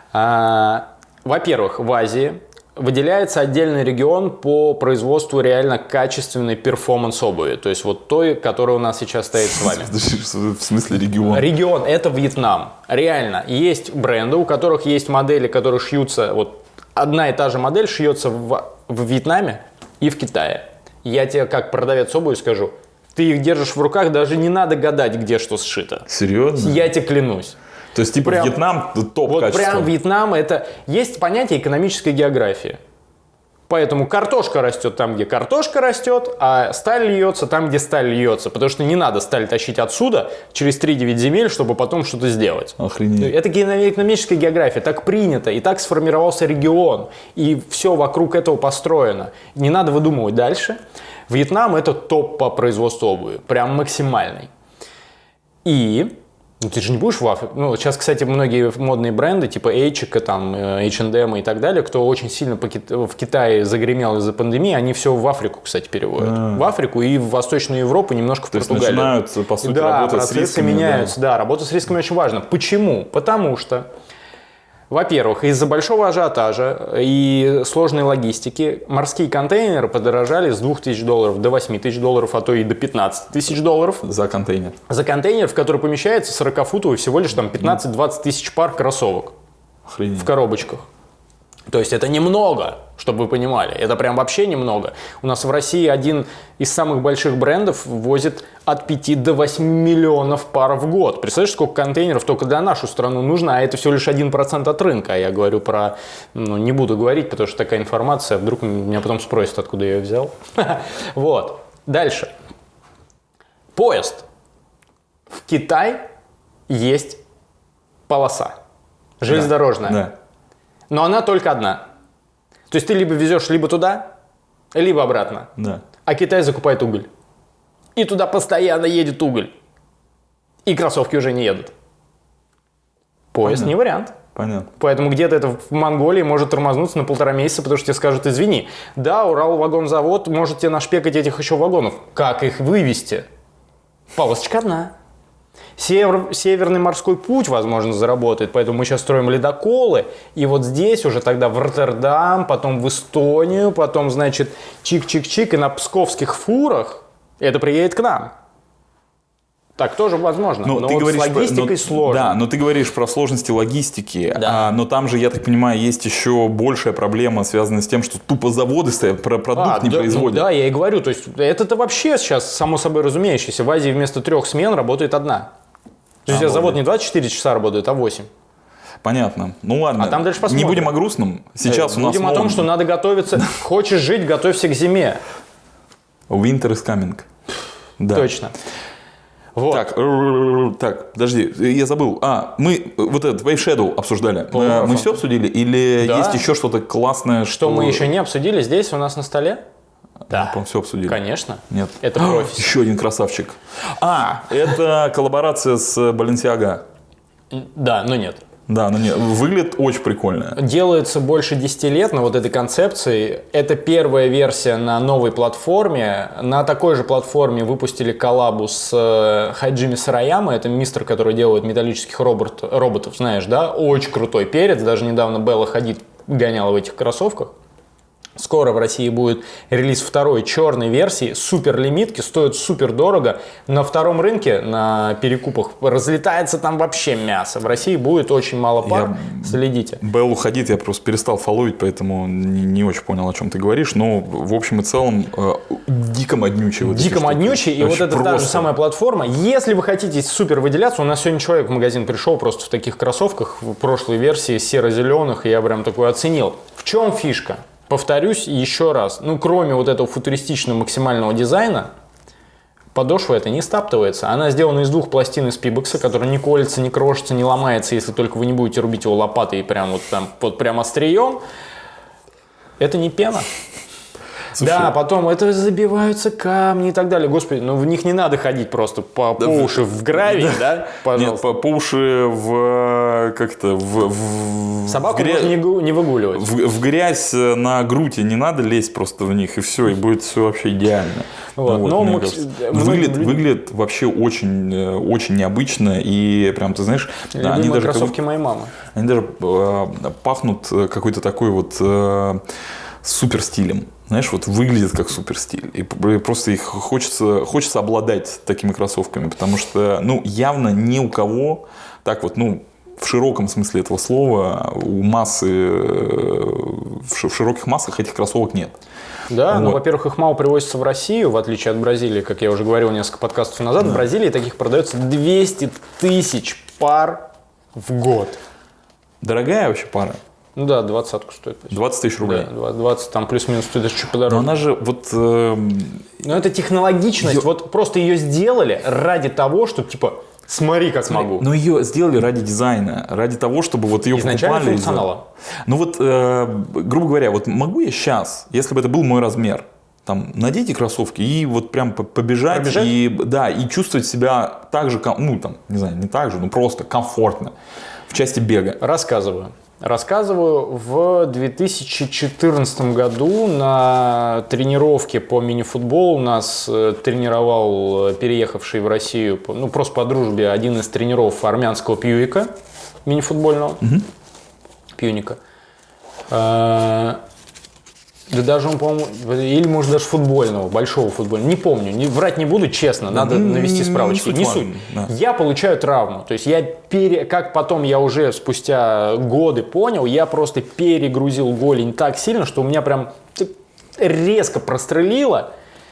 А, во-первых, в Азии выделяется отдельный регион по производству реально качественной перформанс-обуви. То есть вот той, которая у нас сейчас стоит с вами. В смысле регион? Регион – это Вьетнам. Реально. Есть бренды, у которых есть модели, которые шьются... Вот одна и та же модель шьется в, в Вьетнаме и в Китае. Я тебе как продавец обуви скажу, ты их держишь в руках, даже не надо гадать, где что сшито. Серьезно? Я тебе клянусь. То есть, типа, прям, Вьетнам топ вот качества. прям Вьетнам, это... Есть понятие экономической географии. Поэтому картошка растет там, где картошка растет, а сталь льется там, где сталь льется. Потому что не надо сталь тащить отсюда через три девять земель, чтобы потом что-то сделать. Охренеть. Это экономическая география. Так принято. И так сформировался регион. И все вокруг этого построено. Не надо выдумывать дальше. Вьетнам – это топ по производству обуви. Прям максимальный. И... Ну, ты же не будешь в Африке. Ну, сейчас, кстати, многие модные бренды, типа Эйчика, там, эйч энд эм и так далее, кто очень сильно по Кит... в Китае загремел из-за пандемии, они все в Африку, кстати, переводят. А-а-а. В Африку и в Восточную Европу, немножко в То Португалию. То есть начинают, по сути, да, работать с рисками. меняются. Да. да, работа с рисками очень важна. Почему? Потому что, во-первых, из-за большого ажиотажа и сложной логистики морские контейнеры подорожали с двух тысяч долларов до восьми тысяч долларов, а то и до пятнадцати тысяч долларов. За контейнер. За контейнер, в который помещается сорокафутовый всего лишь там пятнадцать-двадцать тысяч пар кроссовок. Охренеть. В коробочках. То есть это немного, чтобы вы понимали. Это прям вообще немного. У нас в России один из самых больших брендов возит от пяти до восьми миллионов пар в год. Представляешь, сколько контейнеров только для нашу страну нужно, а это всего лишь один процент от рынка. А я говорю про... Ну, не буду говорить, потому что такая информация, вдруг меня потом спросят, откуда я ее взял. Вот. Дальше. Поезд. В Китай есть полоса. Железнодорожная. Да. Но она только одна. То есть ты либо везешь либо туда, либо обратно. Да. А Китай закупает уголь. И туда постоянно едет уголь. И кроссовки уже не едут. Поезд Понятно. не вариант. Понятно. Поэтому где-то это в Монголии может тормознуться на полтора месяца, потому что тебе скажут, извини, да, Урал-вагонзавод может тебе нашпекать этих еще вагонов. Как их вывести? Полосочка одна. Север, Северный морской путь, возможно, заработает, поэтому мы сейчас строим ледоколы, и вот здесь уже тогда в Роттердам, потом в Эстонию, потом, значит, чик-чик-чик, и на псковских фурах это приедет к нам. Так тоже возможно, но, но ты вот говоришь с логистикой про, но, сложно. Да, но ты говоришь про сложности логистики, Да. а, но там же, я так понимаю, есть еще большая проблема, связанная с тем, что тупо заводы стоят, про продукт А, не да, производят. Ну, да, я и говорю, то есть это-то вообще сейчас само собой разумеющееся. В Азии вместо трех смен работает одна. То есть у тебя завод не двадцать четыре часа работает, а восемь. Понятно. Ну ладно, А там дальше не посмотрим. будем о грустном. Сейчас Э, у нас Будем о том, новый. что надо готовиться. Хочешь жить, готовься к зиме. Winter is coming. Да. Точно. Вот. Так, р-р-р-р, так, подожди, я забыл. А, мы вот этот Wave Shadow обсуждали. Полумарафон. Мы все обсудили? Или Да. есть еще что-то классное, что... Что мы еще не обсудили здесь у нас на столе? Да. По-моему, все обсудили. Конечно. Нет. Это профи. Еще один красавчик. А, это коллаборация с Balenciaga. Да, но нет. Да, ну нет, выглядит очень прикольно. Делается больше десяти лет на вот этой концепции. Это первая версия на новой платформе. На такой же платформе выпустили коллабу с Хаджими Сараяма. Это мистер, который делает металлических робот, роботов, знаешь, да? Очень крутой перец. Даже недавно Белла Хадид гоняла в этих кроссовках. Скоро в России будет релиз второй черной версии, супер лимитки, стоит супер дорого. На втором рынке, на перекупах, разлетается там вообще мясо. В России будет очень мало пар, Я- следите. Беллу Хадид я просто перестал фолловить, поэтому не, не очень понял, о чем ты говоришь. Но в общем и целом э, дико моднючий. Вот эти Дико штуки. моднючий, и вот Вообще это та же просто. самая платформа. Если вы хотите супер выделяться, у нас сегодня человек в магазин пришел просто в таких кроссовках в прошлой версии серо-зеленых, и я прям такой оценил. В чем фишка? Повторюсь еще раз, ну кроме вот этого футуристичного максимального дизайна, подошва эта не стаптывается. Она сделана из двух пластин из пибокса, которая не колется, не крошится, не ломается, если только вы не будете рубить его лопатой и прям вот там вот прям острием. Это не пена. Слушай, Да, потом это забиваются камни и так далее. Господи, ну в них не надо ходить просто по, по уши в гравий, да? Нет, Пожалуйста. по, по уши в как-то в, в, Собаку в грязь, можно не, гу- не выгуливать. в, в грязь на грудь и не надо лезть просто в них и все, и будет все вообще идеально. Вот, Ну, но мне макс- кажется. многим выглядит, людям- выглядит вообще очень, э, очень необычно и прям ты знаешь, Любимые они даже как кроссовки моей мамы. Они даже э, пахнут э, какой-то такой вот э, супер стилем. Знаешь, вот выглядит как супер стиль. И п- просто их хочется, хочется обладать такими кроссовками, потому что, ну, явно ни у кого так вот, ну, в широком смысле этого слова, у массы, э, в ши- в широких массах этих кроссовок нет. Да, ну, Вот. во-первых, их мало привозится в Россию, в отличие от Бразилии, как я уже говорил несколько подкастов назад. В Бразилии таких продается двести тысяч пар в год. Дорогая вообще пара. Ну да, двадцатку стоит. почти. двадцать тысяч рублей. Да, двадцать, там плюс-минус стоит даже чуть Но подороже. она же вот... э, Но это технологичность. Ё- Вот просто ее сделали ради того, чтобы, типа, смотри, как могу. Но ее сделали ради дизайна, ради того, чтобы вот ее Изначально покупали. из-за- функционала. Ну вот, э, грубо говоря, вот могу я сейчас, если бы это был мой размер, там, надеть кроссовки и вот прям по- побежать, Пробежать? и, да, и чувствовать себя так же, ком- ну там, не знаю, не так же, но просто комфортно в части бега. Рассказываю. Рассказываю, в две тысячи четырнадцатом году на тренировке по мини-футболу нас э, тренировал э, переехавший в Россию, по- ну просто по дружбе, один из тренеров армянского Пьюика мини-футбольного. Пьюника. Э, Да даже он, по-моему, или может даже футбольного, большого футбольного, не помню, не, врать не буду, честно, надо ну, навести справочки, не не суть. суть. Да. Я получаю травму, то есть я, пере, как потом я уже спустя годы понял, я просто перегрузил голень так сильно, что у меня прям резко прострелило,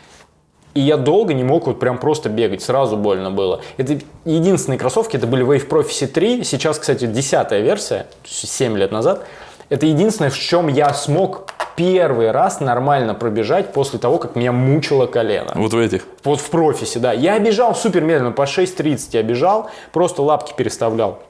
и я долго не мог вот прям просто бегать, сразу больно было. Это единственные кроссовки, это были Wave Pro си три, сейчас, кстати, десятая версия, семь лет назад. Это единственное, в чем я смог первый раз нормально пробежать после того, как меня мучило колено. Вот в этих? Вот в профисе, да. Я бежал супер медленно, по шесть тридцать я бежал, просто лапки переставлял.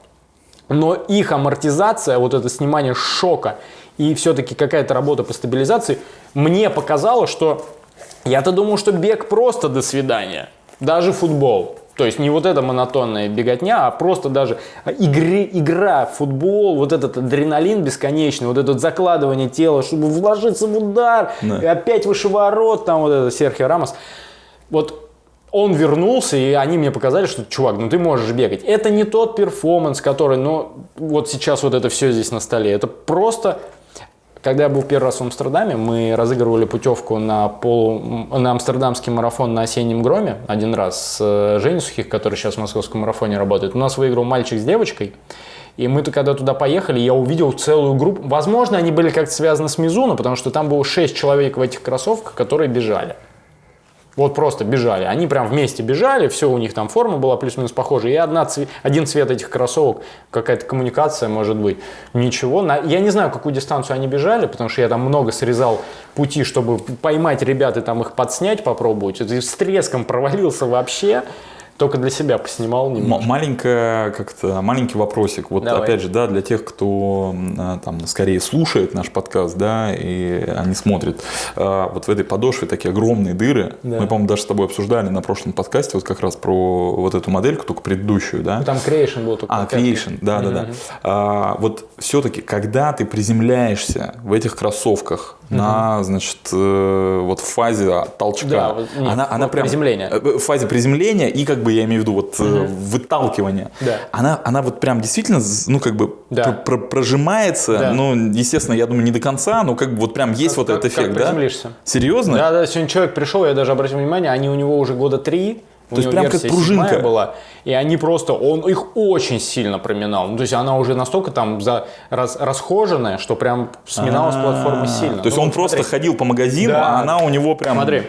Но их амортизация, вот это снимание шока и все-таки какая-то работа по стабилизации, мне показало, что я-то думал, что бег просто до свидания, даже футбол. То есть не вот эта монотонная беготня, а просто даже игры, игра в футбол, вот этот адреналин бесконечный, вот это закладывание тела, чтобы вложиться в удар, да. И опять выше ворот, там вот это Серхио Рамос. Вот он вернулся, и они мне показали, что, чувак, ну ты можешь бегать. Это не тот перформанс, который, ну, вот сейчас вот это все здесь на столе. Это просто... Когда я был первый раз в Амстердаме, мы разыгрывали путевку на, полу, на амстердамский марафон на осеннем громе один раз с Женей Сухих, который сейчас в московском марафоне работает. У нас выиграл мальчик с девочкой, и мы когда туда поехали, я увидел целую группу. Возможно, они были как-то связаны с Мизуно, потому что там было шесть человек в этих кроссовках, которые бежали. Вот просто бежали. Они прям вместе бежали, все у них там форма была плюс-минус похожая. И одна цве... один цвет этих кроссовок, какая-то коммуникация может быть. Ничего. На... Я не знаю, какую дистанцию они бежали, потому что я там много срезал пути, чтобы поймать ребят и там их подснять, попробовать. Это с треском провалился вообще. Только для себя поснимал немножко. Маленькая, как-то, маленький вопросик. Вот Давай. опять же, да, для тех, кто там скорее слушает наш подкаст, да, и они смотрят. Вот в этой подошве такие огромные дыры. Да. Мы, по-моему, даже с тобой обсуждали на прошлом подкасте вот как раз про вот эту модельку, только предыдущую, да. Ну, там Creation был только. А, Creation, да, да, да. А, вот все-таки, когда ты приземляешься в этих кроссовках угу. на, значит, вот в фазе толчка, да, вот, нет, она, она прям приземления. В фазе приземления и как бы я имею в виду вот угу. выталкивания, да. она, она вот прям действительно, ну как бы да. пр- прожимается, да. ну естественно, я думаю, не до конца, но как бы вот прям есть как, вот как, этот эффект, как да? приземлишься. Серьезно? Да, да, сегодня человек пришел, я даже обратил внимание, они у него уже года три. То есть прям как пружинка была, и они просто, он их очень сильно проминал. Ну, то есть она уже настолько там за, раз, расхоженная, что прям сминалась А-а-а. платформа сильно. То есть ну, он вот просто смотри. ходил по магазину, да. а она у него прям... Смотри.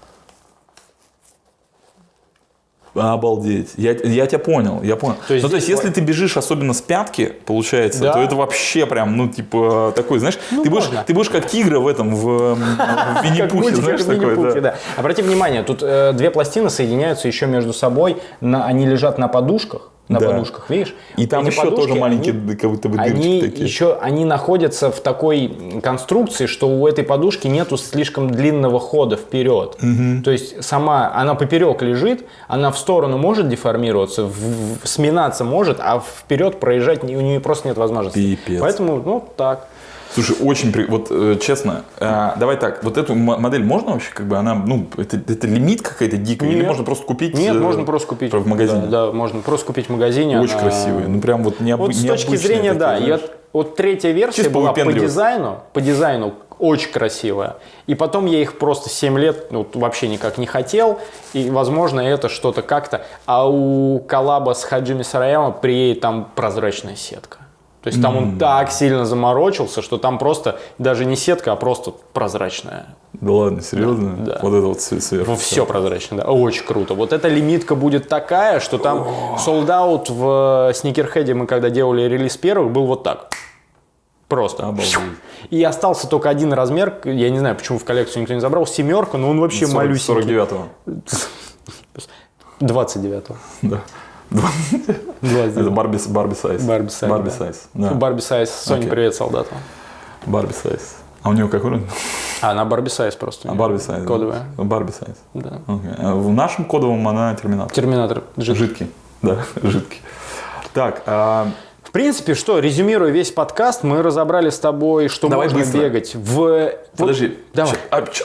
Обалдеть. Я, я тебя понял, я понял. То есть, ну, то есть, если ты бежишь особенно с пятки, получается, да. то это вообще прям, ну, типа, такой, знаешь, ну, ты, будешь, ты будешь как тигра в этом, в, в Винни-Пухе, знаешь, такой, да. Обрати внимание, тут э, две пластины соединяются еще между собой, на, они лежат на подушках. На да. подушках, видишь? И там эти еще подушки, тоже маленькие они, как будто бы дырочки они такие. Еще, они находятся в такой конструкции, что у этой подушки нету слишком длинного хода вперед. Угу. То есть сама, она поперек лежит, она в сторону может деформироваться, в, в, сминаться может, а вперед проезжать у нее просто нет возможности. Пипец. Поэтому, ну, так. Слушай, очень, при... вот э, честно, э, давай так, вот эту м- модель можно вообще, как бы она, ну, это, это лимит какая-то дикая, Нет. или можно просто купить? Нет, э, можно просто купить в магазине. Да, да, можно просто купить в магазине. Очень она... красивые, ну прям вот необ... Вот с точки зрения, да, и вот, вот третья версия Чисто была по выпендриваться. дизайну, по дизайну очень красивая. И потом я их просто семь лет ну, вообще никак не хотел. И, возможно, это что-то как-то. А у коллаба с Хаджими Сараяма приедет там прозрачная сетка. То есть там mm. он так сильно заморочился, что там просто даже не сетка, а просто прозрачная. Да ладно, серьезно? Да. Вот это вот сверху. Ну, все прозрачно, да. Очень круто. Вот эта лимитка будет такая, что там солд-аут в сникерхеде мы когда делали релиз первых, был вот так. Просто. Обалдеть. И остался только один размер, я не знаю, почему в коллекцию никто не забрал, семерка, но он вообще сорок, малюсенький. сорок девятого. двадцать девятого. Да. Это Барби сайз. Барби сайз. Барби сайз. Барби сайз. Соня, привет, солдату. Барби сайз. А у него какой размер? А, она Барби сайз просто. А Барби сайз. Кодовая. Барби сайз. Да. В нашем кодовом она терминатор. Терминатор. Жидкий. Да, жидкий. Так, в принципе, что, резюмируя весь подкаст, мы разобрали с тобой, что Давай можно быстро. бегать в... Подожди. Давай. А, а,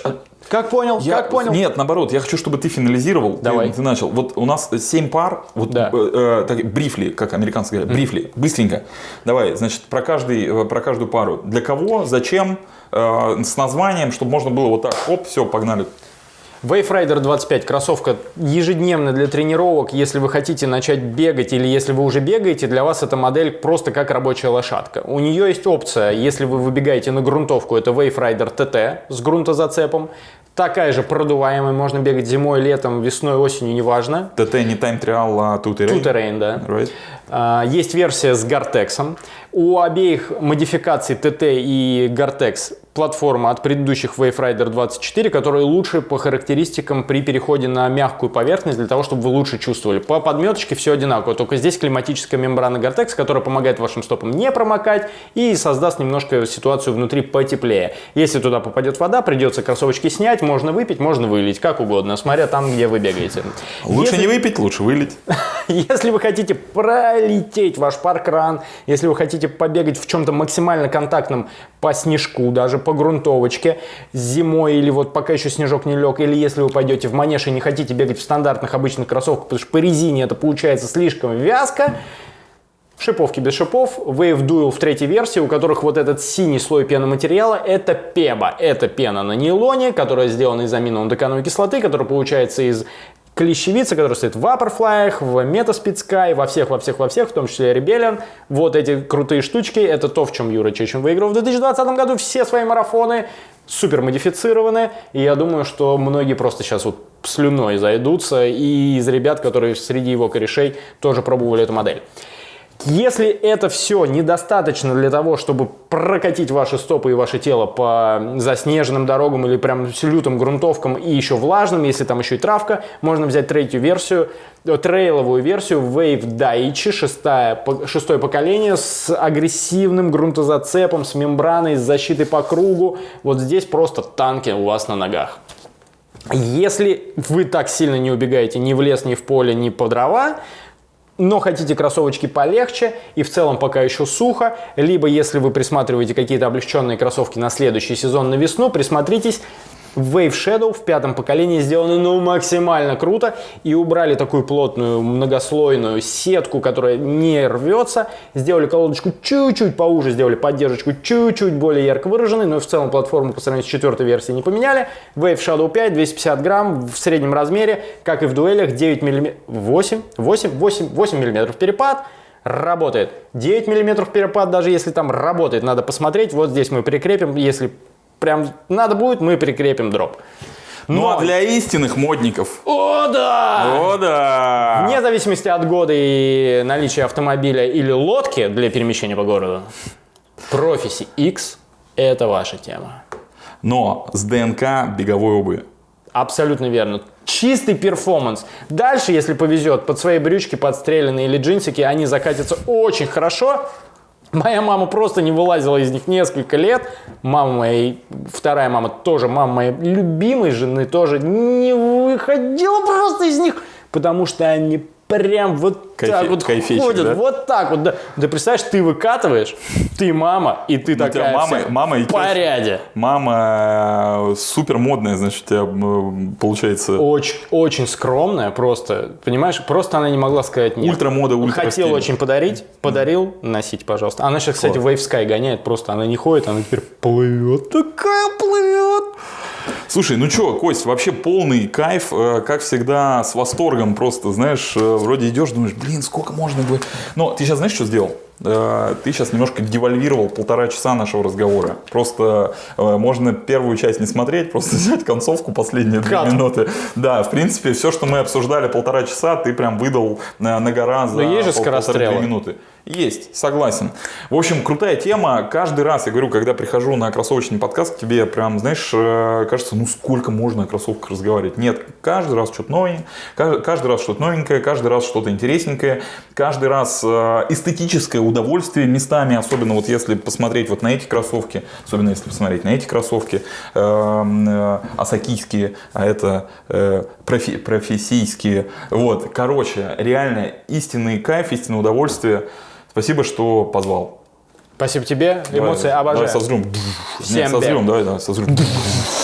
Как понял? Я, как понял? Нет, наоборот, я хочу, чтобы ты финализировал. Давай. Ты, ты начал. Вот у нас семь пар, вот Да. э, э, так, брифли, как американцы говорят, брифли, быстренько. Давай, значит, про, каждый, про каждую пару. Для кого, зачем, э, с названием, чтобы можно было вот так, оп, все, погнали. Wave Rider двадцать пять кроссовка ежедневно для тренировок. Если вы хотите начать бегать или если вы уже бегаете, для вас эта модель просто как рабочая лошадка. У нее есть опция, если вы выбегаете на грунтовку, это Wave Rider ти ти с грунтозацепом. Такая же продуваемая, можно бегать зимой, летом, весной, осенью, неважно. ти ти не Time Trial, а Two Terrain. Two Terrain, да. Right. А, есть версия с Gore-Tex. У обеих модификаций ти ти и Gore-Tex платформа от предыдущих Wave Rider двадцать четыре, которые лучше по характеристикам при переходе на мягкую поверхность, для того, чтобы вы лучше чувствовали. По подметочке все одинаково, только здесь климатическая мембрана Gore-Tex, которая помогает вашим стопам не промокать и создаст немножко ситуацию внутри потеплее. Если туда попадет вода, придется кроссовочки снять, можно выпить, можно вылить, как угодно, смотря там, где вы бегаете. Лучше Если... не выпить, лучше вылить. Если вы хотите пролететь ваш паркран, если вы хотите побегать в чем-то максимально контактном по снежку, даже по грунтовочке зимой, или вот пока еще снежок не лег, или если вы пойдете в манеж и не хотите бегать в стандартных обычных кроссовках, потому что по резине это получается слишком вязко, шиповки без шипов, Wave Dual в третьей версии, у которых вот этот синий слой пеноматериала, это пеба, это пена на нейлоне, которая сделана из амино-декановой кислоты, которая получается из клещевица, которая стоит в Vaporfly, в Metaspeed Sky, во всех, во всех, во всех, в том числе Rebellion. Вот эти крутые штучки, это то, в чем Юра Чечин выиграл в две тысячи двадцатом году все свои марафоны, супер модифицированы, и я думаю, что многие просто сейчас вот слюной зайдутся, и из ребят, которые среди его корешей тоже пробовали эту модель. Если это все недостаточно для того, чтобы прокатить ваши стопы и ваше тело по заснеженным дорогам или прям с лютым грунтовкам и еще влажным, если там еще и травка, можно взять третью версию, трейловую версию Wave Daiichi, шестое, шестое поколение, с агрессивным грунтозацепом, с мембраной, с защитой по кругу. Вот здесь просто танки у вас на ногах. Если вы так сильно не убегаете ни в лес, ни в поле, ни по дрова, но хотите кроссовочки полегче и в целом пока еще сухо, либо если вы присматриваете какие-то облегченные кроссовки на следующий сезон, на весну, присмотритесь. Wave Shadow в пятом поколении сделаны ну максимально круто и убрали такую плотную многослойную сетку, которая не рвется, сделали колодочку чуть-чуть поуже, сделали поддержку чуть-чуть более ярко выраженной, но в целом платформу по сравнению с четвертой версией не поменяли. Wave Shadow пять, двести пятьдесят грамм в среднем размере, как и в дуэлях, девять миллиметров, восемь, восемь, восемь, восемь миллиметров перепад. Работает. девять миллиметров перепад, даже если там работает, надо посмотреть. Вот здесь мы прикрепим, если прям надо будет, мы прикрепим дроп. Но... Ну а для истинных модников. О, да! О, да! Вне зависимости от года и наличия автомобиля или лодки для перемещения по городу, Prophecy X – это ваша тема. Но с ДНК беговой обуви. Абсолютно верно. Чистый перформанс. Дальше, если повезет, под свои брючки подстреленные или джинсики, они закатятся очень хорошо. Моя мама просто не вылазила из них несколько лет. Мама моей, вторая мама тоже, мама моей любимой жены тоже не выходила просто из них, потому что они прям вот Кайфи, так вот ходят, да? Вот так вот. Да. Ты представляешь, ты выкатываешь, ты мама, и ты ну, такая мама, мама в порядке. Мама супер модная, значит, у тебя получается... Очень, очень скромная просто, понимаешь? Просто она не могла сказать нет. Ультрамода, ультра Хотел стиль. очень подарить, подарил, носить, пожалуйста. Она сейчас, кстати, Wave Sky гоняет, просто она не ходит, она теперь плывет. Такая плывет. Слушай, ну что, Кость, вообще полный кайф, как всегда, с восторгом просто, знаешь, вроде идешь, думаешь, блин, сколько можно бы... Но ты сейчас знаешь, что сделал? Ты сейчас немножко девальвировал полтора часа нашего разговора. Просто можно первую часть не смотреть, просто взять концовку последние две минуты. Да, в принципе, все, что мы обсуждали полтора часа, ты прям выдал на гора за полторы минуты. Есть, согласен. В общем, крутая тема. Каждый раз, я говорю, когда прихожу на кроссовочный подкаст, к тебе прям, знаешь, кажется, ну сколько можно о кроссовках разговаривать. Нет, каждый раз что-то новенькое, каждый раз что-то новенькое, каждый раз что-то интересненькое, каждый раз эстетическое удовольствие местами, особенно вот если посмотреть вот на эти кроссовки, особенно если посмотреть на эти кроссовки, асакийские, а это профи, профессийские. Вот, короче, реально истинный кайф, истинное удовольствие. Спасибо, что позвал. Спасибо тебе. Эмоции давай, обожаю. Давай созрем. Всем Нет, созрем, давай, давай, созрем.